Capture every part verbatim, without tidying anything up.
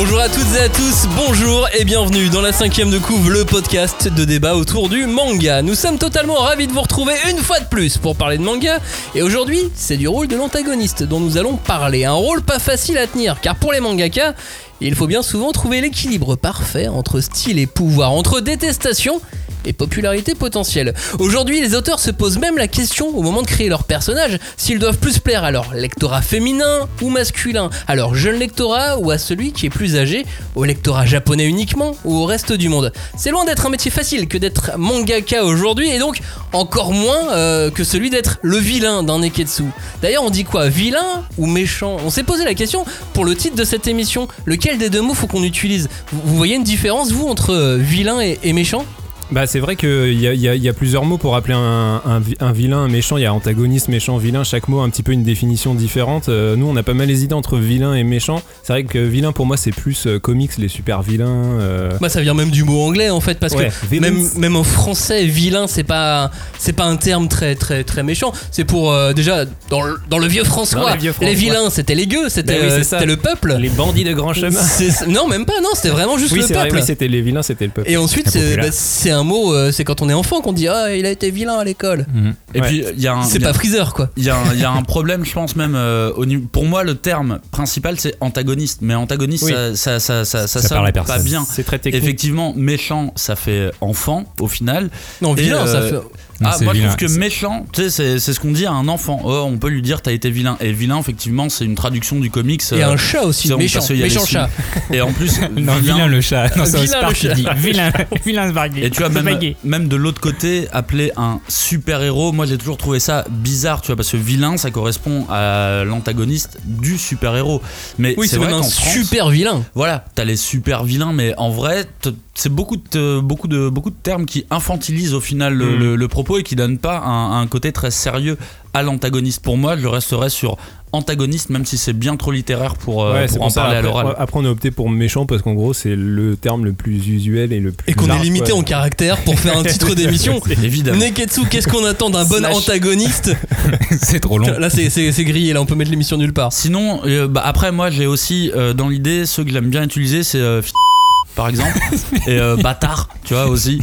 Bonjour à toutes et à tous, bonjour et bienvenue dans la cinquième de couve, le podcast de débat autour du manga. Nous sommes totalement ravis de vous retrouver une fois de plus pour parler de manga. Et aujourd'hui, c'est du rôle de l'antagoniste dont nous allons parler. Un rôle pas facile à tenir, car pour les mangakas, il faut bien souvent trouver l'équilibre parfait entre style et pouvoir, entre détestation et popularité potentielle. Aujourd'hui, les auteurs se posent même la question au moment de créer leurs personnages s'ils doivent plus plaire à leur lectorat féminin ou masculin, à leur jeune lectorat ou à celui qui est plus âgé, au lectorat japonais uniquement ou au reste du monde. C'est loin d'être un métier facile que d'être mangaka aujourd'hui, et donc encore moins euh, que celui d'être le vilain d'un Neketsu. D'ailleurs, on dit quoi, vilain ou méchant ? On s'est posé la question pour le titre de cette émission. Lequel des deux mots faut qu'on utilise ? Vous, vous voyez une différence, vous, entre euh, vilain et, et méchant ? Bah c'est vrai qu'il y a, y, a, y a plusieurs mots pour appeler un, un, un vilain, un méchant. Il y a antagoniste, méchant, vilain. Chaque mot a un petit peu une définition différente. Euh, nous on a pas mal hésité entre vilain et méchant. C'est vrai que vilain pour moi c'est plus euh, comics, les super vilains. Euh... Bah ça vient même du mot anglais en fait, parce ouais, que même, même en français vilain c'est pas c'est pas un terme très très très méchant. C'est pour euh, déjà dans le, dans le vieux François, vieux François. Les vilains c'était les gueux, c'était, bah oui, euh, c'était le peuple. Les bandits de grand chemin. C'est, non même pas, non c'était vraiment juste oui, le c'est peuple. Vrai, oui c'était les vilains, c'était le peuple. Et ensuite c'est, bah, c'est un mot, euh, c'est quand on est enfant qu'on dit ah il a été vilain à l'école. Mmh. Et ouais. Puis il y a un, c'est y a, pas Freezer quoi. Il y a un, y a un problème je pense même euh, au niveau, pour moi le terme principal c'est antagoniste, mais antagoniste oui. ça ça ça ça, ça, ça sonne pas bien. C'est très technique. Effectivement méchant ça fait enfant au final. Non vilain euh, ça fait. Non, ah, moi vilain. je trouve que c'est... méchant, tu sais, c'est, c'est ce qu'on dit à un enfant. Oh, on peut lui dire t'as été vilain. Et vilain, effectivement, c'est une traduction du comics. Et euh, un chat aussi, méchant, méchant chat. Et en plus, non, vilain, vilain le chat. Non, c'est vilain le chat. Dit. Vilain, vilain Sparky. Et tu vois, même, même de l'autre côté, appeler un super héros, moi j'ai toujours trouvé ça bizarre, tu vois, parce que vilain, ça correspond à l'antagoniste du super héros. Mais oui, c'est, c'est vrai même qu'en un France, super vilain. Voilà, t'as les super vilains, mais en vrai, c'est beaucoup de beaucoup de beaucoup de termes qui infantilisent au final le, mmh. le, le propos et qui donnent pas un, un côté très sérieux à l'antagoniste. Pour moi, je resterais sur antagoniste, même si c'est bien trop littéraire pour, ouais, pour en pour parler après, à l'oral. Après, on a opté pour méchant parce qu'en gros, c'est le terme le plus usuel et le plus. Et qu'on large, est limité ouais. en caractère pour faire un titre d'émission. Évidemment. Neketsu, qu'est-ce qu'on attend d'un bon Slash. antagoniste ? C'est trop long. Là, c'est, c'est, c'est grillé, là, on peut mettre l'émission nulle part. Sinon, euh, bah, après, moi, j'ai aussi euh, dans l'idée, ceux que j'aime bien utiliser, c'est euh, par exemple, et euh, bâtard, tu vois, aussi.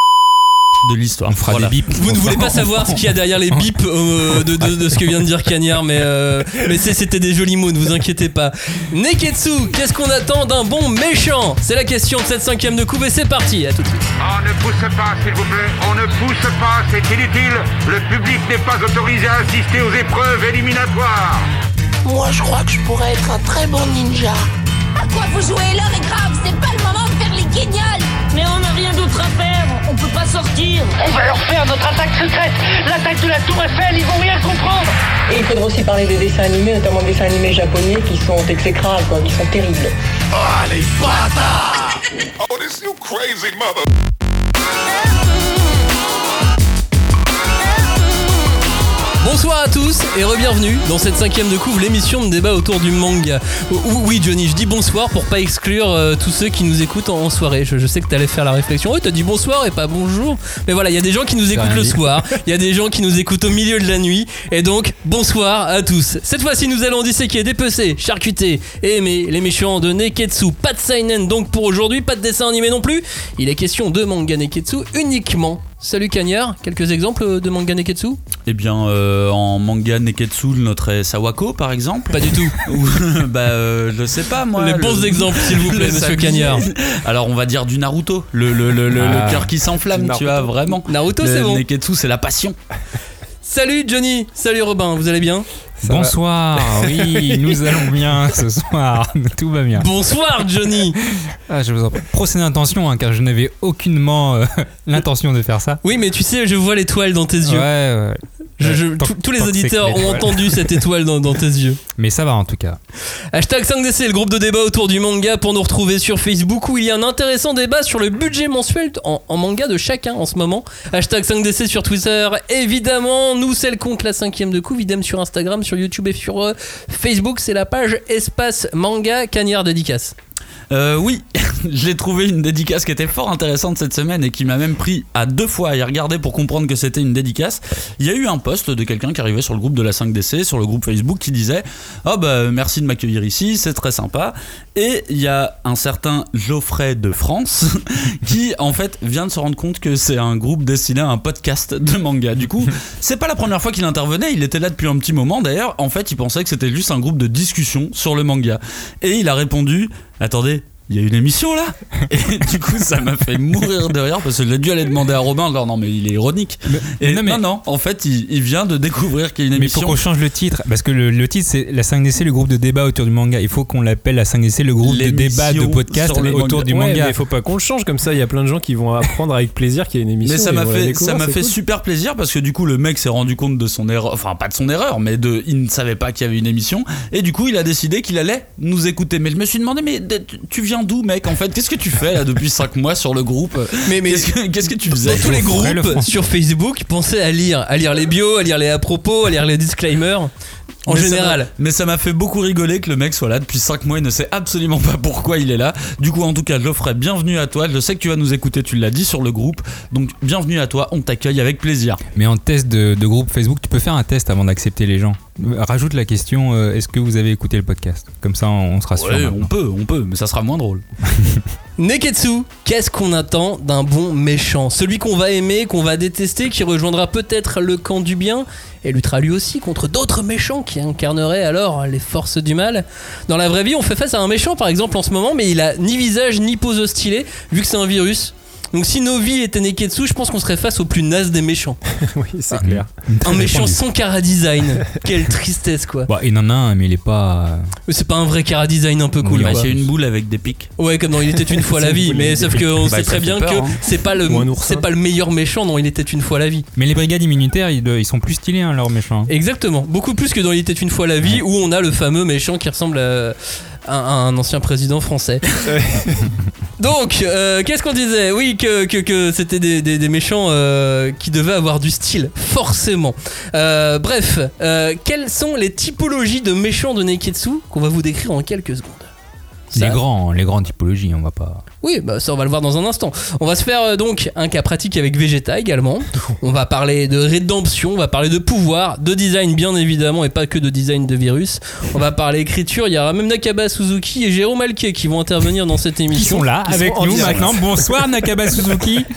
De l'histoire. On fera voilà. des bips. Vous ne voulez pas savoir ce qu'il y a derrière les bips euh, de, de, de ce que vient de dire Cagnard, mais, euh, mais c'est, c'était des jolis mots, ne vous inquiétez pas. Neketsu, qu'est-ce qu'on attend d'un bon méchant ? C'est la question de cette cinquième de couve et c'est parti, à tout de suite. On ne pousse pas, s'il vous plaît, on ne pousse pas, c'est inutile. Le public n'est pas autorisé à assister aux épreuves éliminatoires. Moi, je crois que je pourrais être un très bon ninja. À quoi vous jouez ? L'heure est grave, c'est pas le moment de faire les guignols. Mais on n'a rien d'autre à faire, on peut pas sortir. On va leur faire notre attaque secrète, l'attaque de la Tour Eiffel, ils vont rien comprendre. Et il faudra aussi parler des dessins animés, notamment des dessins animés japonais qui sont exécrables, quoi, qui sont terribles. Oh, les bâtards! Oh, this you crazy mother... Bonsoir à tous et re-bienvenue dans cette cinquième de couve, l'émission de débat autour du manga. Oui Johnny, je dis bonsoir pour pas exclure euh, tous ceux qui nous écoutent en, en soirée. Je, je sais que t'allais faire la réflexion. Oui, t'as dit bonsoir et pas bonjour. Mais voilà, il y a des gens qui nous écoutent le soir, il y a des gens qui nous écoutent au milieu de la nuit. Et donc, bonsoir à tous. Cette fois-ci, nous allons disséquer, dépecer, charcuter et aimer les méchants de Neketsu. Pas de seinen donc pour aujourd'hui, pas de dessin animé non plus. Il est question de manga Neketsu uniquement. Salut Cagnard, quelques exemples de manga Neketsu ? Eh bien, euh, en manga Neketsu, je noterais Sawako par exemple. Pas du tout. Ou, bah, euh, je sais pas moi. Les le, bons exemples, s'il vous plaît, monsieur Cagnard. Alors, on va dire du Naruto, le, le, le, le, ah, le cœur qui s'enflamme, tu vois, vraiment. Naruto, le, c'est bon. Neketsu, c'est la passion. Salut Johnny, salut Robin, vous allez bien ? Ça Bonsoir, va. Oui, nous allons bien ce soir, tout va bien. Bonsoir Johnny. Ah, je vous en prie. Procédez d'intention, hein, car je n'avais aucunement euh, l'intention de faire ça. Oui, mais tu sais, je vois l'étoile dans tes yeux. Ouais, ouais. Je, je, tant, tous les auditeurs ont entendu cette étoile dans, dans tes yeux. Mais ça va en tout cas. Hashtag cinq D C, le groupe de débat autour du manga pour nous retrouver sur Facebook où il y a un intéressant débat sur le budget mensuel en, en manga de chacun en ce moment. Hashtag cinq D C sur Twitter, évidemment. Nous, c'est le compte La cinquième de couve, idem sur Instagram, sur YouTube et sur euh, Facebook. C'est la page Espace Manga Cagnard dédicace. Euh, oui, j'ai trouvé une dédicace qui était fort intéressante cette semaine et qui m'a même pris à deux fois à y regarder pour comprendre que c'était une dédicace. Il y a eu un post de quelqu'un qui arrivait sur le groupe de la cinq D C, sur le groupe Facebook, qui disait « Ah bah merci de m'accueillir ici, c'est très sympa ». Et il y a un certain Geoffrey de France qui en fait vient de se rendre compte que c'est un groupe destiné à un podcast de manga. Du coup, c'est pas la première fois qu'il intervenait, il était là depuis un petit moment d'ailleurs. En fait, il pensait que c'était juste un groupe de discussion sur le manga. Et il a répondu « Attendez, il y a une émission là ?» Et du coup ça m'a fait mourir de rire parce que j'ai dû aller demander à Robin alors non mais il est ironique. Mais, et non, mais, non non en fait il, il vient de découvrir qu'il y a une émission. Mais il faut qu'on change le titre parce que le, le titre c'est la cinq D C, le groupe de débat autour du manga. Il faut qu'on l'appelle la cinq D C, le groupe de débat de podcast autour du ouais, manga. Mais il faut pas qu'on le change comme ça, il y a plein de gens qui vont apprendre avec plaisir qu'il y a une émission. Mais ça m'a fait ça m'a fait cool. super plaisir parce que du coup le mec s'est rendu compte de son erreur, enfin pas de son erreur mais de il ne savait pas qu'il y avait une émission et du coup il a décidé qu'il allait nous écouter. Mais je me suis demandé mais tu viens d'où mec en fait? Qu'est-ce que tu fais là depuis cinq mois sur le groupe? Mais, mais qu'est-ce, que, qu'est-ce que tu faisais? Dans tous les groupes sur Facebook, pensez à lire, à lire les bios, à lire les à propos, à lire les disclaimers. En mais général. Ça mais ça m'a fait beaucoup rigoler que le mec soit là depuis cinq mois, il ne sait absolument pas pourquoi il est là. Du coup, en tout cas, Geoffrey, bienvenue à toi. Je sais que tu vas nous écouter, tu l'as dit sur le groupe. Donc, bienvenue à toi, on t'accueille avec plaisir. Mais en test de, de groupe Facebook, tu peux faire un test avant d'accepter les gens. Rajoute la question euh, est-ce que vous avez écouté le podcast? Comme ça, on, on sera sûr. Ouais, on peut, on peut, mais ça sera moins drôle. Neketsu, qu'est-ce qu'on attend d'un bon méchant? Celui qu'on va aimer, qu'on va détester, qui rejoindra peut-être le camp du bien et luttera lui aussi contre d'autres méchants qui incarneraient alors les forces du mal. Dans la vraie vie, on fait face à un méchant par exemple en ce moment, mais il a ni visage ni pose stylée vu que c'est un virus. Donc si nos vies étaient Neketsu, je pense qu'on serait face au plus naze des méchants. Oui, c'est ah, clair. Un méchant sans chara-design. Quelle tristesse quoi. Bah, il en a un, mais il est pas. Mais c'est pas un vrai chara-design un peu cool. Bah, quoi. c'est une boule avec des pics. Ouais, comme dans Il était une fois la vie. Mais sauf qu'on bah, sait très bien peur, que hein. c'est pas le c'est pas le meilleur méchant dans Il était une fois la vie. Mais les brigades immunitaires, ils, ils sont plus stylés, hein, leurs méchants. Exactement. Beaucoup plus que dans Il était une fois la vie, où on a le fameux méchant qui ressemble à un, un ancien président français. Donc, euh, qu'est-ce qu'on disait? Oui, que, que, que c'était des, des, des méchants euh, qui devaient avoir du style, forcément. Euh, bref, euh, quelles sont les typologies de méchants de Neketsu qu'on va vous décrire en quelques secondes? Ça. Les grands, les grandes typologies, on va pas. Oui, bah ça on va le voir dans un instant. On va se faire euh, donc un cas pratique avec Vegeta également. On va parler de rédemption, on va parler de pouvoir, de design bien évidemment et pas que de design de virus. On va parler écriture, il y aura même Nakaba Suzuki et Jérôme Alquier qui vont intervenir dans cette émission. Qui sont là Ils avec sont nous maintenant. Bonsoir Nakaba Suzuki.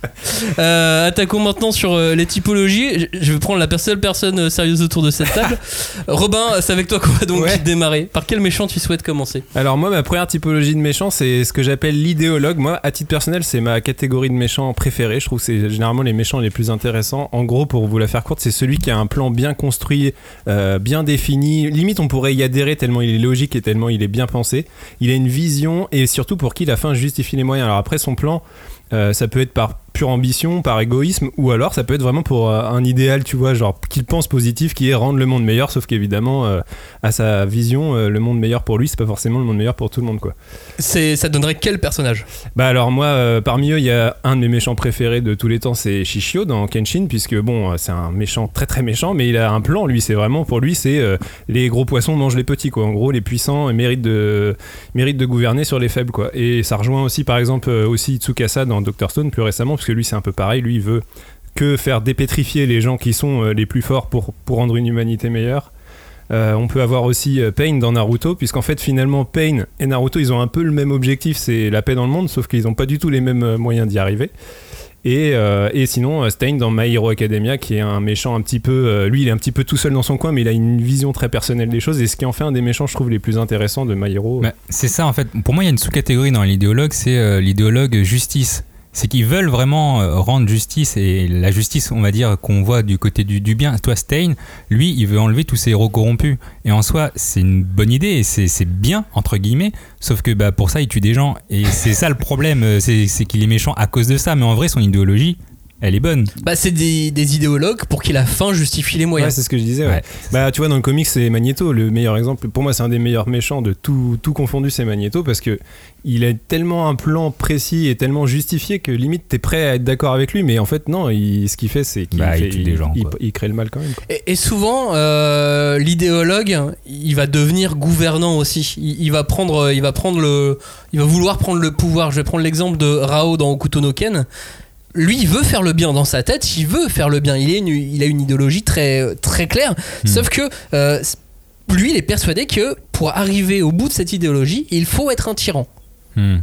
Euh, attaquons maintenant sur euh, les typologies. Je vais prendre la seule personne euh, sérieuse autour de cette table. Robin, c'est avec toi qu'on va donc ouais. démarrer. Par quel méchant tu souhaites commencer? Alors moi, ma première typologie de méchant, c'est ce que j'appelle l'idéologue. Moi, à titre personnel, c'est ma catégorie de méchants préférée. Je trouve que c'est généralement les méchants les plus intéressants. En gros, pour vous la faire courte, c'est celui qui a un plan bien construit, euh, bien défini. Limite, on pourrait y adhérer tellement il est logique et tellement il est bien pensé. Il a une vision et surtout pour qui la fin justifie les moyens. Alors après, son plan, euh, ça peut être par pure ambition, par égoïsme, ou alors ça peut être vraiment pour euh, un idéal, tu vois, genre qu'il pense positif, qui est rendre le monde meilleur, sauf qu'évidemment, euh, à sa vision, euh, le monde meilleur pour lui, c'est pas forcément le monde meilleur pour tout le monde, quoi. C'est, ça donnerait quel personnage? Bah alors moi, euh, parmi eux, il y a un de mes méchants préférés de tous les temps, c'est Shishio dans Kenshin, puisque bon, euh, c'est un méchant très très méchant, mais il a un plan, lui, c'est vraiment, pour lui, c'est euh, les gros poissons mangent les petits, quoi. En gros, les puissants méritent de, méritent de gouverner sur les faibles, quoi. Et ça rejoint aussi, par exemple, euh, aussi Tsukasa dans docteur Stone, plus récemment, parce que lui, c'est un peu pareil, lui, il veut que faire dépétrifier les gens qui sont euh, les plus forts pour, pour rendre une humanité meilleure. Euh, on peut avoir aussi euh, Pain dans Naruto, puisqu'en fait finalement Pain et Naruto ils ont un peu le même objectif, c'est la paix dans le monde, sauf qu'ils n'ont pas du tout les mêmes euh, moyens d'y arriver. Et, euh, et sinon euh, Stein dans My Hero Academia, qui est un méchant un petit peu, euh, lui il est un petit peu tout seul dans son coin, mais il a une vision très personnelle des choses, et ce qui en fait un des méchants je trouve les plus intéressants de My Hero. Bah, c'est ça en fait, pour moi il y a une sous-catégorie dans l'idéologue, c'est euh, l'idéologue justice. C'est qu'ils veulent vraiment rendre justice, et la justice, on va dire, qu'on voit du côté du, du bien. Toi, Stein, lui, il veut enlever tous ces héros corrompus. Et en soi, c'est une bonne idée, et c'est, c'est bien, entre guillemets, sauf que bah, pour ça, il tue des gens. Et c'est ça le problème, c'est, c'est qu'il est méchant à cause de ça. Mais en vrai, son idéologie, elle est bonne. Bah c'est des, des idéologues pour qui la fin justifie les moyens. Ouais, c'est ce que je disais. Ouais. Ouais. Bah tu vois, dans le comics, c'est Magneto, le meilleur exemple. Pour moi, c'est un des meilleurs méchants de tout, tout confondu, c'est Magneto, parce que il a tellement un plan précis et tellement justifié que limite t'es prêt à être d'accord avec lui, mais en fait non, il, ce qu'il fait, c'est qu'il bah, fait, il tue des gens. Il, Quoi. il, il crée le mal quand même. Quoi. Et, et souvent, euh, l'idéologue, il va devenir gouvernant aussi. Il, il va prendre, il va prendre le, il va vouloir prendre le pouvoir. Je vais prendre l'exemple de Rao dans Hokuto no Ken. Lui, il veut faire le bien dans sa tête, il veut faire le bien. Il, est une, il a une idéologie très, très claire. Mmh. Sauf que euh, lui, il est persuadé que pour arriver au bout de cette idéologie, il faut être un tyran. Mmh.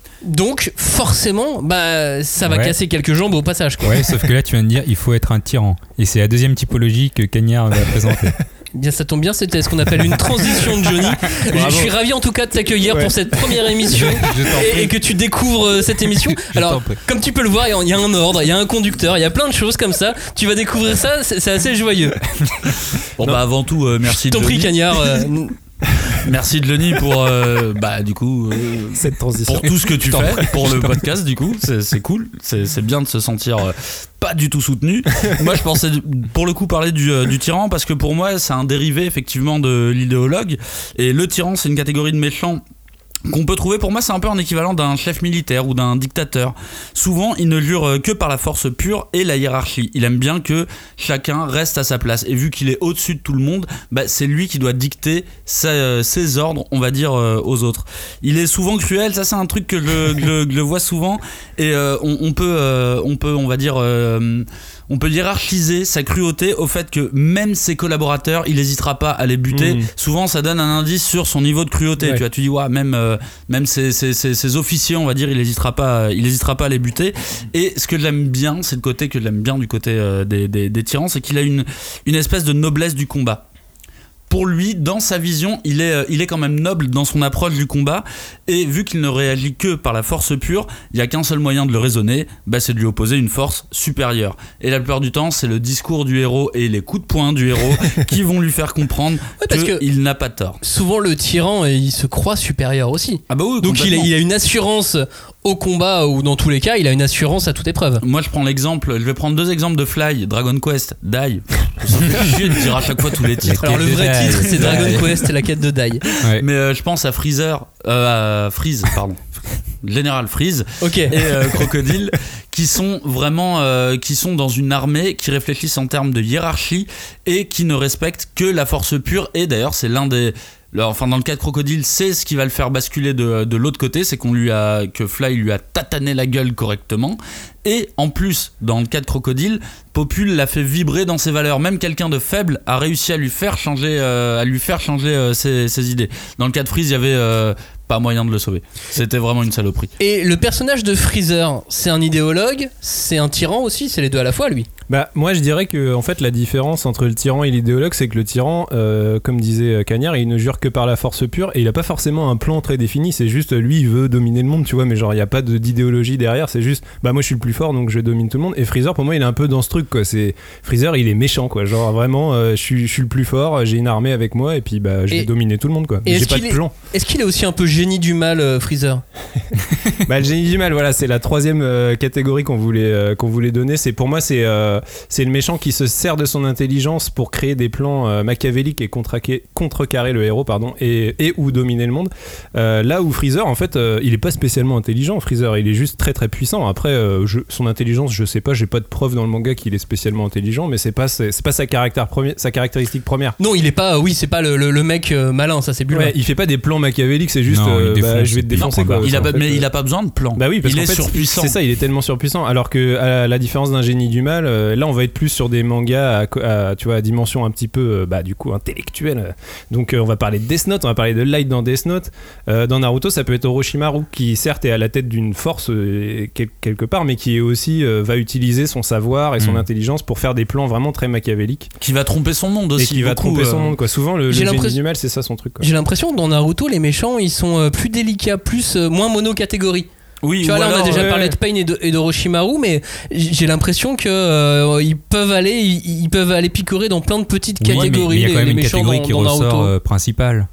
Donc, forcément, bah, ça va ouais. casser quelques jambes au passage. Quoi. Ouais, sauf que là, tu viens de dire il faut être un tyran. Et c'est la deuxième typologie que Cagnard va présenter. Bien, ça tombe bien, c'était ce qu'on appelle une transition de Johnny. Je suis ravi en tout cas de t'accueillir ouais. pour cette première émission et, et que tu découvres cette émission. Alors, comme tu peux le voir, il y a un ordre, il y a un conducteur, il y a plein de choses comme ça. Tu vas découvrir ça, c'est, c'est assez joyeux. Bon, non. bah avant tout, euh, merci. Ton prix, Cagnard. Euh, Merci de Lenny pour euh, bah du coup euh, cette transition, pour tout ce que tu fais pour le podcast. Du coup, c'est, c'est cool, c'est, c'est bien de se sentir euh, pas du tout soutenu. Moi, je pensais pour le coup parler du, euh, du tyran parce que pour moi, c'est un dérivé effectivement de l'idéologue. Et le tyran, c'est une catégorie de méchants qu'on peut trouver, pour moi c'est un peu un équivalent d'un chef militaire ou d'un dictateur. Souvent il ne jure que par la force pure et la hiérarchie. Il aime bien que chacun reste à sa place et vu qu'il est au-dessus de tout le monde, bah, c'est lui qui doit dicter sa, euh, ses ordres, on va dire, euh, aux autres. Il est souvent cruel, ça c'est un truc que je, que je, que je vois souvent et euh, on, on, peut, euh, on peut on va dire euh, on peut hiérarchiser sa cruauté au fait que même ses collaborateurs, il n'hésitera pas à les buter. Mmh. Souvent, ça donne un indice sur son niveau de cruauté. Ouais. Tu vois, tu dis, ouais, même, euh, même ses, ses, ses, ses officiers, on va dire, il n'hésitera pas, il n'hésitera pas à les buter. Et ce que j'aime bien, c'est le côté que j'aime bien du côté euh, des, des, des tyrans, c'est qu'il a une, une espèce de noblesse du combat. Pour lui, dans sa vision, il est, il est quand même noble dans son approche du combat et vu qu'il ne réagit que par la force pure, il n'y a qu'un seul moyen de le raisonner, bah c'est de lui opposer une force supérieure. Et la plupart du temps, c'est le discours du héros et les coups de poing du héros qui vont lui faire comprendre ouais, qu'il n'a pas tort. Souvent, le tyran, il se croit supérieur aussi. Ah bah oui, donc il a, il a une assurance au combat ou dans tous les cas, il a une assurance à toute épreuve. Moi, je prends l'exemple, je vais prendre deux exemples de Fly, Dragon Quest, Dai. Ça fait chier de dire à chaque fois tous les titres. Alors le vrai titre, c'est Dragon Quest, la quête de Dai. Ouais. Mais euh, je pense à Freezer, euh, à Freeze, pardon. Général Freeze okay. et euh, Crocodile qui sont vraiment euh, qui sont dans une armée qui réfléchissent en termes de hiérarchie et qui ne respectent que la force pure et d'ailleurs c'est l'un des enfin dans le cas de Crocodile c'est ce qui va le faire basculer de, de l'autre côté, c'est qu'on lui a que Fly lui a tatané la gueule correctement et en plus dans le cas de Crocodile Popul l'a fait vibrer dans ses valeurs, même quelqu'un de faible a réussi à lui faire changer euh, à lui faire changer euh, ses, ses idées. Dans le cas de Freeze il y avait euh, pas moyen de le sauver. C'était vraiment une saloperie. Et le personnage de Freezer, c'est un idéologue, c'est un tyran aussi, c'est les deux à la fois lui. Bah moi je dirais que en fait la différence entre le tyran et l'idéologue c'est que le tyran euh, comme disait Cagnard il ne jure que par la force pure et il a pas forcément un plan très défini, c'est juste lui il veut dominer le monde tu vois mais genre il y a pas de, d'idéologie derrière, c'est juste bah moi je suis le plus fort donc je domine tout le monde et Freezer pour moi il est un peu dans ce truc quoi, c'est Freezer il est méchant quoi, genre vraiment euh, je, suis, je suis le plus fort, j'ai une armée avec moi et puis bah je vais et, dominer tout le monde quoi, j'ai pas de est, plan. Est-ce qu'il est aussi un peu génie du mal euh, Freezer? Bah le génie du mal voilà c'est la troisième euh, catégorie qu'on voulait, euh, qu'on voulait donner, c'est pour moi c'est, euh, c'est le méchant qui se sert de son intelligence pour créer des plans euh, machiavéliques et contrecarrer, contrecarrer le héros pardon et, et ou dominer le monde euh, là où Freezer en fait euh, il est pas spécialement intelligent Freezer, il est juste très très puissant après euh, je, son intelligence je sais pas, j'ai pas de preuve dans le manga qu'il est spécialement intelligent mais c'est pas, c'est, c'est pas sa, caractère premier, sa caractéristique première. Non il est pas, oui c'est pas le, le, le mec euh, malin ça c'est Bulma. Ouais, il fait pas des plans machiavéliques c'est juste non, euh, défonce, bah, je vais te défoncer quoi. Il a pas, en fait, mais euh, il a pas besoin de plan. Bah oui parce il qu'en est fait, surpuissant. C'est ça, il est tellement surpuissant alors que à la différence d'un génie du mal euh, là on va être plus sur des mangas à, à, tu vois, à dimension un petit peu euh, bah, du coup intellectuelle donc euh, on va parler de Death Note, on va parler de Light dans Death Note euh, dans Naruto ça peut être Orochimaru qui certes est à la tête d'une force euh, quel, quelque part mais qui est aussi euh, va utiliser son savoir et son mmh. intelligence pour faire des plans vraiment très machiavéliques qui va tromper son monde aussi et qui va beaucoup, tromper euh... son monde quoi. Souvent le, le génie du mal c'est ça son truc quoi. J'ai l'impression que dans Naruto les méchants ils sont euh, plus délicats, plus euh, moins monocatégorie. Oui, tu vois là alors, on a déjà ouais, parlé ouais. de Pain et, de, et d'Orochimaru mais j'ai l'impression que euh, ils peuvent aller ils, ils peuvent aller picorer dans plein de petites oui, catégories. Mais il y a quand même les, une les méchants catégorie dans, qui dans ressort Naruto. Euh, principale.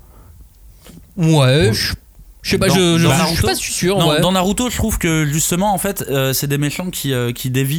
Ouais, ouais. je je sais pas, dans, je, je, dans je Naruto, suis pas sûr. Non, ouais. Dans Naruto, je trouve que justement, en fait, euh, c'est des méchants qui, euh, qui dévient,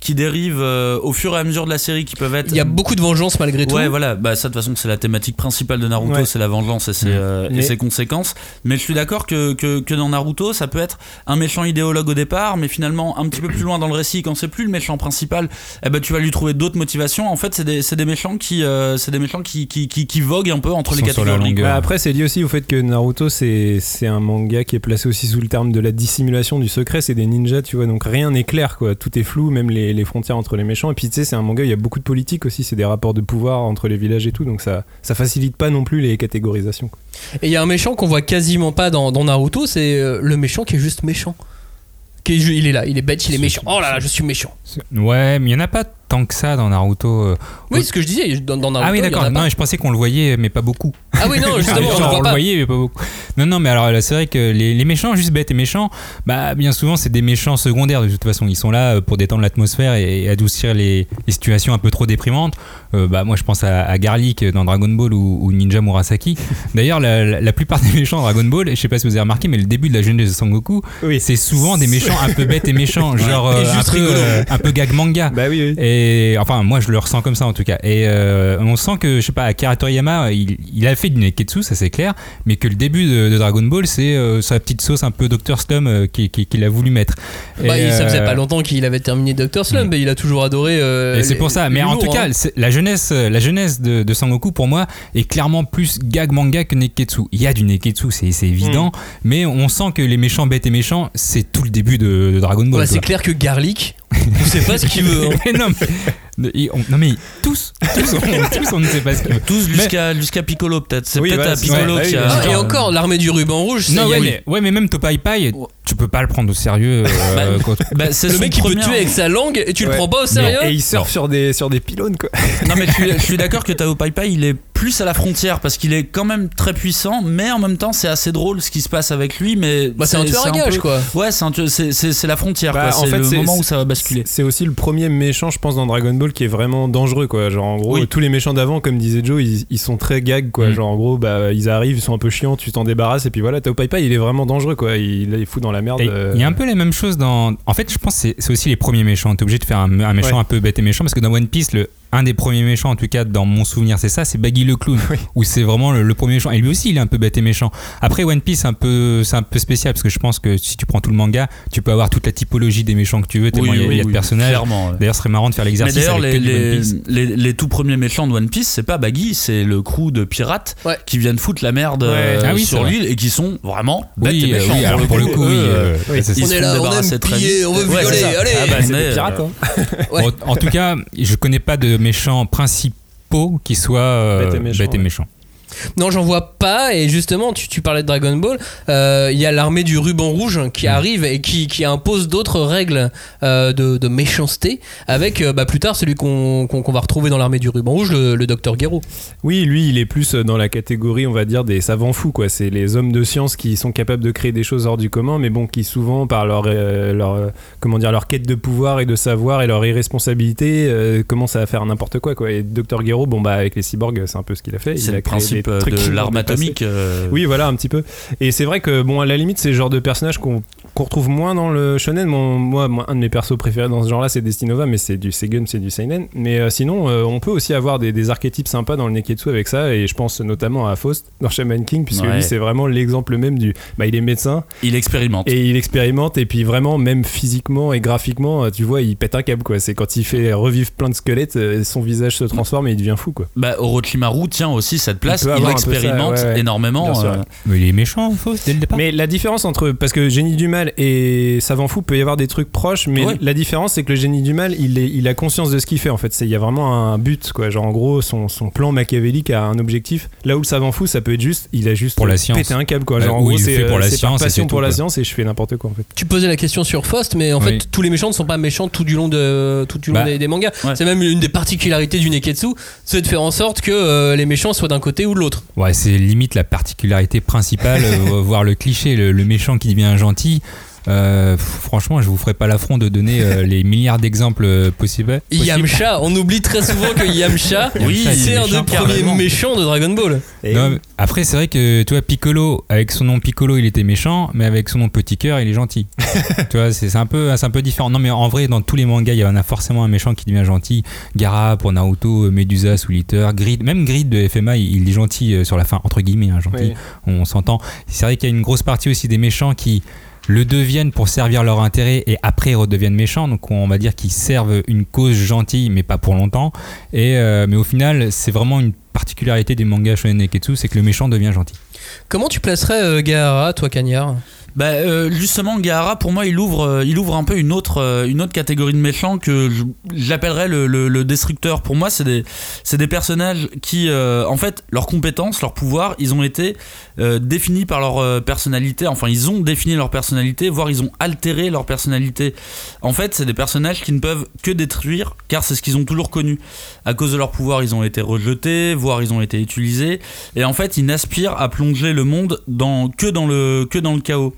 qui dérivent euh, au fur et à mesure de la série, qui peuvent être. Il y a beaucoup de vengeance malgré tout. Ouais, voilà. Bah ça de toute façon c'est la thématique principale de Naruto, ouais. c'est la vengeance et ses, euh, mais... et ses conséquences. Mais je suis d'accord que, que que dans Naruto, ça peut être un méchant idéologue au départ, mais finalement un petit peu plus loin dans le récit, quand c'est plus le méchant principal, eh ben tu vas lui trouver d'autres motivations. En fait, c'est des c'est des méchants qui euh, c'est des méchants qui qui qui, qui voguent un peu entre Ils les catégories. Bah, après, c'est lié aussi au fait que Naruto, c'est c'est un manga qui est placé aussi sous le terme de la dissimulation du secret. C'est des ninjas, tu vois, donc rien n'est clair, quoi. Tout est flou, même les les frontières entre les méchants. Et puis tu sais, c'est un manga où il y a beaucoup de politique aussi. C'est des rapports de pouvoir entre les villages et tout, donc ça ça facilite pas non plus les catégorisations, quoi. Et il y a un méchant qu'on voit quasiment pas dans, dans Naruto, c'est euh, le méchant qui est juste méchant. Qui est, il est là, il est bête, il est méchant. Oh là là, je suis méchant. Ouais, mais il y en a pas tant que ça dans Naruto. Oui, ce que je disais, dans, dans Naruto. Ah oui, d'accord. Non, je pensais qu'on le voyait, mais pas beaucoup. Ah oui, non, justement, on, Genre, le, voit on pas. le voyait, mais pas beaucoup. Non, non, mais alors là, c'est vrai que les, les méchants, juste bêtes et méchants, bah, bien souvent, c'est des méchants secondaires de toute façon. Ils sont là pour détendre l'atmosphère et, et adoucir les, les situations un peu trop déprimantes. Euh, bah, moi, je pense à, à Garlic dans Dragon Ball ou, ou Ninja Murasaki. D'ailleurs, la, la, la plupart des méchants dans Dragon Ball, je sais pas si vous avez remarqué, mais le début de la jeunesse de Sangoku, oui. c'est souvent des méchants un peu bêtes et méchants, genre euh, un, peu, euh, un peu gag manga. Bah oui, oui. Et enfin, moi, je le ressens comme ça en tout cas. Et euh, on sent que, je sais pas, Akira Toriyama, il, il a fait du Neketsu, ça c'est clair, mais que le début de, de Dragon Ball, c'est euh, sa petite sauce un peu docteur Slump euh, qu'il qui, qui a voulu mettre. Bah, et, ça faisait euh, pas longtemps qu'il avait terminé docteur Slump, mais il a toujours adoré. Euh, et c'est pour ça. Mais en tout cas, hein. la jeunesse, la jeunesse de, de Sangoku, pour moi, est clairement plus gag manga que Neketsu. Il y a du Neketsu, c'est, c'est évident, mmh. mais on sent que les méchants bêtes et méchants, c'est tout le début de, de Dragon Ball. Bah, c'est clair que Garlic, on sait pas ce qu'il veut. Hein. mais non, mais, on, non mais tous, tous, on, tous, on ne sait pas ce qu'il veut. Tous jusqu'à, mais... jusqu'à Piccolo peut-être. C'est oui, peut-être ouais, à Piccolo ouais, qui ouais, a. Ah, et encore, l'armée du ruban rouge. Non, ouais, oui. mais, ouais, mais même Topai Pai, tu peux pas le prendre au sérieux. Euh, bah, quand... bah, c'est le mec qui premier... peut tuer avec sa langue et tu ouais. le prends pas au sérieux. Et il surfe sur des sur des pylônes, quoi. Non mais je suis, je suis d'accord que Tao Pai Pai il est plus à la frontière parce qu'il est quand même très puissant, mais en même temps c'est assez drôle ce qui se passe avec lui. Mais bah, c'est, c'est un tueur à gage, quoi. Ouais, c'est, un tueur, c'est, c'est, c'est la frontière. Bah, quoi. En c'est fait, le c'est, moment où ça va basculer. C'est aussi le premier méchant, je pense, dans Dragon Ball qui est vraiment dangereux, quoi. Genre en gros, oui. tous les méchants d'avant, comme disait Joe, ils, ils sont très gags, quoi. Mm. Genre en gros, bah ils arrivent, ils sont un peu chiants, tu t'en débarrasses et puis voilà. Tao Pai Pai, il est vraiment dangereux, quoi. Il est fou dans la merde. Euh... Il y a un peu la même chose dans. En fait, je pense que c'est, c'est aussi les premiers méchants. T'es obligé de faire un, un méchant ouais. un peu bête et méchant parce que dans One Piece, le un des premiers méchants, en tout cas dans mon souvenir, c'est ça, c'est Baggy le clown, oui. où c'est vraiment le, le premier méchant. Et lui aussi, il est un peu bête et méchant. Après, One Piece, c'est un peu, c'est un peu spécial parce que je pense que si tu prends tout le manga, tu peux avoir toute la typologie des méchants que tu veux, tellement il oui, oui, y a de oui, personnages. Clairement, ouais. D'ailleurs, ce serait marrant de faire l'exercice. Mais d'ailleurs, avec les, One Piece. Les, les, les tout premiers méchants de One Piece, c'est pas Baggy, c'est le crew de pirates ouais. qui viennent foutre la merde ouais. euh, ah oui, sur l'île et qui sont vraiment bêtes oui, et méchants. Oui, alors pour le coup, oui. Euh, oui. On est là, on aime piller, on veut violer, allez. Ah bah, c'est des pirates. En tout cas, je connais pas de méchants principaux qui soit euh, bête et méchant. Bête et méchant. Ouais. Non, j'en vois pas. Et justement, tu, tu parlais de Dragon Ball. Il euh, y a l'armée du ruban rouge qui mmh. arrive et qui, qui impose d'autres règles euh, de, de méchanceté. Avec euh, bah, plus tard celui qu'on, qu'on, qu'on va retrouver dans l'armée du ruban rouge, le, le docteur Gero. Oui, lui, il est plus dans la catégorie, on va dire, des savants fous, quoi. C'est les hommes de science qui sont capables de créer des choses hors du commun, mais bon, qui souvent, par leur, euh, leur, comment dire, leur quête de pouvoir et de savoir et leur irresponsabilité, euh, commencent à faire n'importe quoi, quoi. Et docteur Gero, bon, bah, avec les cyborgs, c'est un peu ce qu'il a fait. C'est il le a créé principe de l'arme atomique. Euh... Oui, voilà, un petit peu. Et c'est vrai que, bon, à la limite, c'est le genre de personnage qu'on, qu'on retrouve moins dans le shonen. Mon, moi, moi, un de mes persos préférés dans ce genre-là, c'est Destinova, mais c'est du Seigun, c'est du seinen. Mais euh, sinon, euh, on peut aussi avoir des, des archétypes sympas dans le Neketsu avec ça. Et je pense notamment à Faust dans Shaman King, puisque ouais. lui, c'est vraiment l'exemple même du. Bah, il est médecin. Il expérimente. Et il expérimente. Et puis vraiment, même physiquement et graphiquement, tu vois, il pète un câble, quoi. C'est quand il fait revivre plein de squelettes, son visage se transforme et il devient fou, quoi. Bah, Orochimaru tient aussi cette place. Il, il expérimente ça, ouais, ouais. énormément. Euh... Mais il est méchant, Faust, dès le départ. Mais la différence entre. Parce que Génie du Mal et Savant Fou, peut y avoir des trucs proches, mais ouais. la différence, c'est que le Génie du Mal, il, est, il a conscience de ce qu'il fait, en fait. C'est, il y a vraiment un but, quoi. Genre, en gros, son, son plan machiavélique a un objectif. Là où le Savant Fou, ça peut être juste. Il a juste pour la pété science. un câble, quoi. Genre, bah, en gros, c'est, pour la c'est science, par passion c'est pour tout, la quoi. science et je fais n'importe quoi, en fait. Tu posais la question sur Faust, mais en oui. fait, tous les méchants ne sont pas méchants tout du long, de, tout du long bah, des, des mangas. Ouais. C'est même une des particularités du Neketsu, c'est de faire en sorte que euh, les méchants soient d'un côté ou de l'autre. Ouais, c'est limite la particularité principale, euh, voire le cliché, le, le méchant qui devient un gentil. Euh, franchement, je vous ferai pas l'affront de donner euh, les milliards d'exemples euh, possibles. Yamcha, on oublie très souvent que Yamcha, oui, c'est un des premiers méchants de Dragon Ball. Non, après, c'est vrai que tu vois, Piccolo, avec son nom Piccolo, il était méchant, mais avec son nom Petit Cœur, il est gentil. Tu vois, c'est, c'est, un peu, c'est un peu différent. Non, mais en vrai, dans tous les mangas, il y en a forcément un méchant qui devient gentil. Gaara pour Naruto, Medusa, Soul Eater, Grid, même Grid de F M A, il est gentil sur la fin, entre guillemets, hein, gentil. Oui. On s'entend. C'est vrai qu'il y a une grosse partie aussi des méchants qui le deviennent pour servir leur intérêt et après redeviennent méchants, donc on va dire qu'ils servent une cause gentille mais pas pour longtemps, et euh, mais au final c'est vraiment une particularité des mangas Shonen Neketsu, c'est que le méchant devient gentil. Comment tu placerais euh, Gaara, toi Cagnard ? Bah euh, justement Gaara pour moi il ouvre euh, il ouvre un peu une autre euh, une autre catégorie de méchants que je, j'appellerais le, le, le destructeur. Pour moi c'est des c'est des personnages qui euh, en fait leurs compétences, leurs pouvoirs, ils ont été euh, définis par leur euh, personnalité, enfin ils ont défini leur personnalité, voire ils ont altéré leur personnalité. En fait c'est des personnages qui ne peuvent que détruire car c'est ce qu'ils ont toujours connu. À cause de leurs pouvoirs ils ont été rejetés, voire ils ont été utilisés, et en fait ils n'aspirent à plonger le monde dans que dans le que dans le chaos.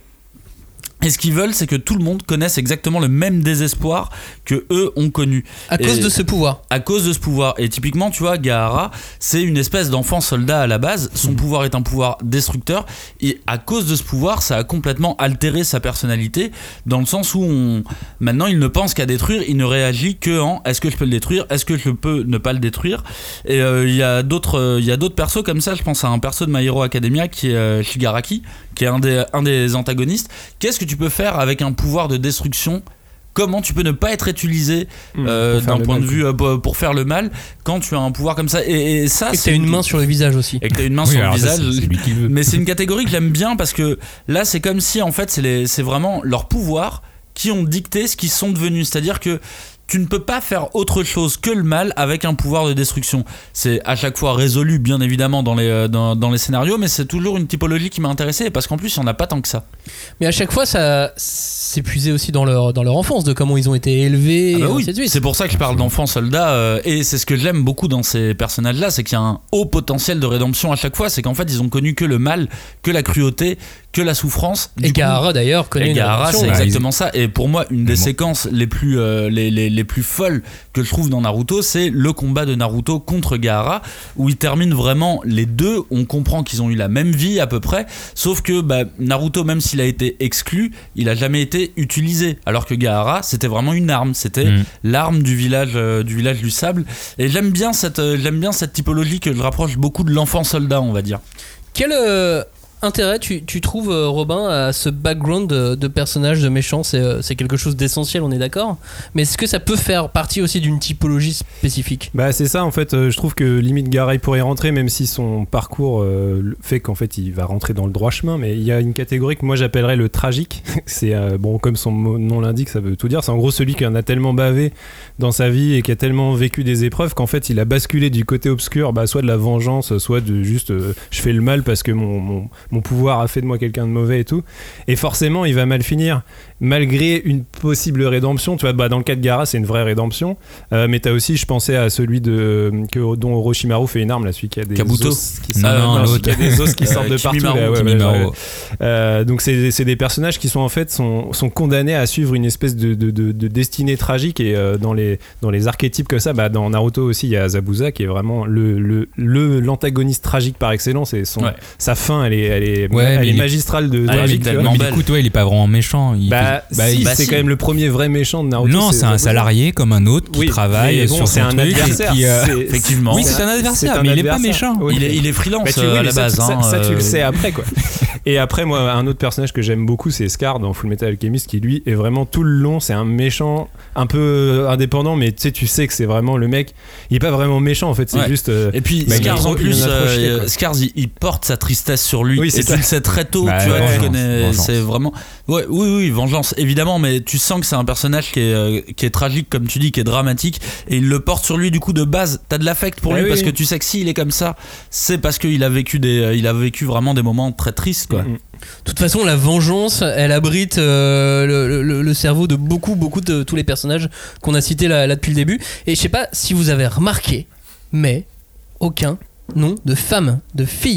Et ce qu'ils veulent, c'est que tout le monde connaisse exactement le même désespoir que eux ont connu. À et cause de ce pouvoir. À cause de ce pouvoir. Et typiquement, tu vois, Gaara, c'est une espèce d'enfant soldat à la base. Son mmh. pouvoir est un pouvoir destructeur. Et à cause de ce pouvoir, ça a complètement altéré sa personnalité. Dans le sens où on... maintenant, il ne pense qu'à détruire. Il ne réagit que en est-ce que je peux le détruire ? Est-ce que je peux ne pas le détruire ? Et il euh, y a d'autres, euh, y a d'autres persos comme ça. Je pense à un perso de My Hero Academia qui est euh, Shigaraki, qui est un des, un des antagonistes. Qu'est-ce que tu peux faire avec un pouvoir de destruction ? Comment tu peux ne pas être utilisé euh, mmh, d'un point mal, de vue euh, pour faire le mal quand tu as un pouvoir comme ça ? Et, et ça, et c'est t'as une main sur le visage aussi. Et que t'as une main oui, sur le visage. Ça, c'est, c'est lui qui veut. Mais c'est une catégorie que j'aime bien parce que là, c'est comme si en fait, c'est, les, c'est vraiment leurs pouvoirs qui ont dicté ce qu'ils sont devenus. C'est-à-dire que tu ne peux pas faire autre chose que le mal avec un pouvoir de destruction. C'est à chaque fois résolu, bien évidemment, dans les, dans, dans les scénarios, mais c'est toujours une typologie qui m'a intéressé, parce qu'en plus, il n'y en a pas tant que ça. Mais à chaque fois, ça c'est puisé aussi dans leur, dans leur enfance, de comment ils ont été élevés. Ah bah oui, c'est pour ça que je parle d'enfants soldats, euh, et c'est ce que j'aime beaucoup dans ces personnages-là, c'est qu'il y a un haut potentiel de rédemption à chaque fois, c'est qu'en fait, ils ont connu que le mal, que la cruauté, que la souffrance. Et Gaara d'ailleurs connaît et Gaara, c'est bah, exactement ils... ça. Et pour moi, une des bon. séquences les plus, euh, les, les, les plus folles que je trouve dans Naruto, c'est le combat de Naruto contre Gaara, où ils terminent vraiment les deux. On comprend qu'ils ont eu la même vie à peu près, sauf que bah, Naruto, même s'il a été exclu, il a jamais été utilisé. Alors que Gaara, c'était vraiment une arme. C'était mmh. l'arme du village, euh, du village du sable. Et j'aime bien cette, euh, j'aime bien cette typologie que je rapproche beaucoup de l'enfant soldat, on va dire. Quel euh... intérêt tu, tu trouves, Robin, à ce background de, de personnages, de méchants? C'est, c'est quelque chose d'essentiel, on est d'accord, mais est-ce que ça peut faire partie aussi d'une typologie spécifique? Bah c'est ça en fait, euh, je trouve que limite Gaara il pourrait y rentrer, même si son parcours euh, fait qu'en fait il va rentrer dans le droit chemin, mais il y a une catégorie que moi j'appellerais le tragique. C'est euh, bon, comme son nom l'indique, ça veut tout dire, c'est en gros celui qui en a tellement bavé dans sa vie et qui a tellement vécu des épreuves qu'en fait il a basculé du côté obscur, bah, soit de la vengeance, soit de juste euh, je fais le mal parce que mon, mon mon pouvoir a fait de moi quelqu'un de mauvais et tout, et forcément il va mal finir malgré une possible rédemption. Tu vois, bah, dans le cas de Gaara c'est une vraie rédemption, euh, mais t'as aussi, je pensais à celui de, que, dont Orochimaru fait une arme, là, celui qui a des Kabuto. os qui sortent, non, non, non, qui a des os qui sortent de partout là, ouais, ouais, ouais. Euh, donc c'est, c'est des personnages qui sont en fait sont, sont condamnés à suivre une espèce de, de, de, de destinée tragique, et euh, dans, les, dans les archétypes comme ça, bah, dans Naruto aussi il y a Zabuza qui est vraiment le, le, le, l'antagoniste tragique par excellence, et son, ouais. sa fin elle est, elle est, ouais, elle est il... magistrale de ah, tragique. Mais du coup toi il est pas vraiment méchant. Il bah, fait... bah, si, bah c'est si. quand même le premier vrai méchant de Naruto. Non, c'est, c'est un salarié comme un autre qui oui, travaille bon, sur c'est son un truc adversaire, qui, euh... c'est, effectivement. Oui, c'est un adversaire, c'est un mais adversaire. il est pas méchant. Oui. Il, est, il est freelance bah, tu, oui, à la ça, base. Ça, hein, ça, ça tu euh... le sais après quoi. Et après moi un autre personnage que j'aime beaucoup c'est Scar dans Fullmetal Alchemist, qui lui est vraiment tout le long, c'est un méchant un peu indépendant, mais tu sais tu sais que c'est vraiment le mec, il est pas vraiment méchant en fait, c'est ouais. juste euh, et puis bah, Scar en plus euh, Scar il, il porte sa tristesse sur lui, oui, et tu le sais très tôt, bah, tu vois, tu connais, c'est vraiment ouais, oui oui vengeance évidemment, mais tu sens que c'est un personnage qui est, euh, qui est tragique comme tu dis, qui est dramatique, et il le porte sur lui du coup de base, t'as de l'affect pour bah, lui oui, parce oui. que tu sais que s'il est comme ça c'est parce qu'il a vécu des, euh, il a vécu vraiment des moments très tristes quoi. Mm-hmm. De toute façon, la vengeance, elle abrite euh, le, le, le cerveau de beaucoup, beaucoup de tous les personnages qu'on a cités là, là depuis le début. Et je sais pas si vous avez remarqué, mais aucun nom de femme, de fille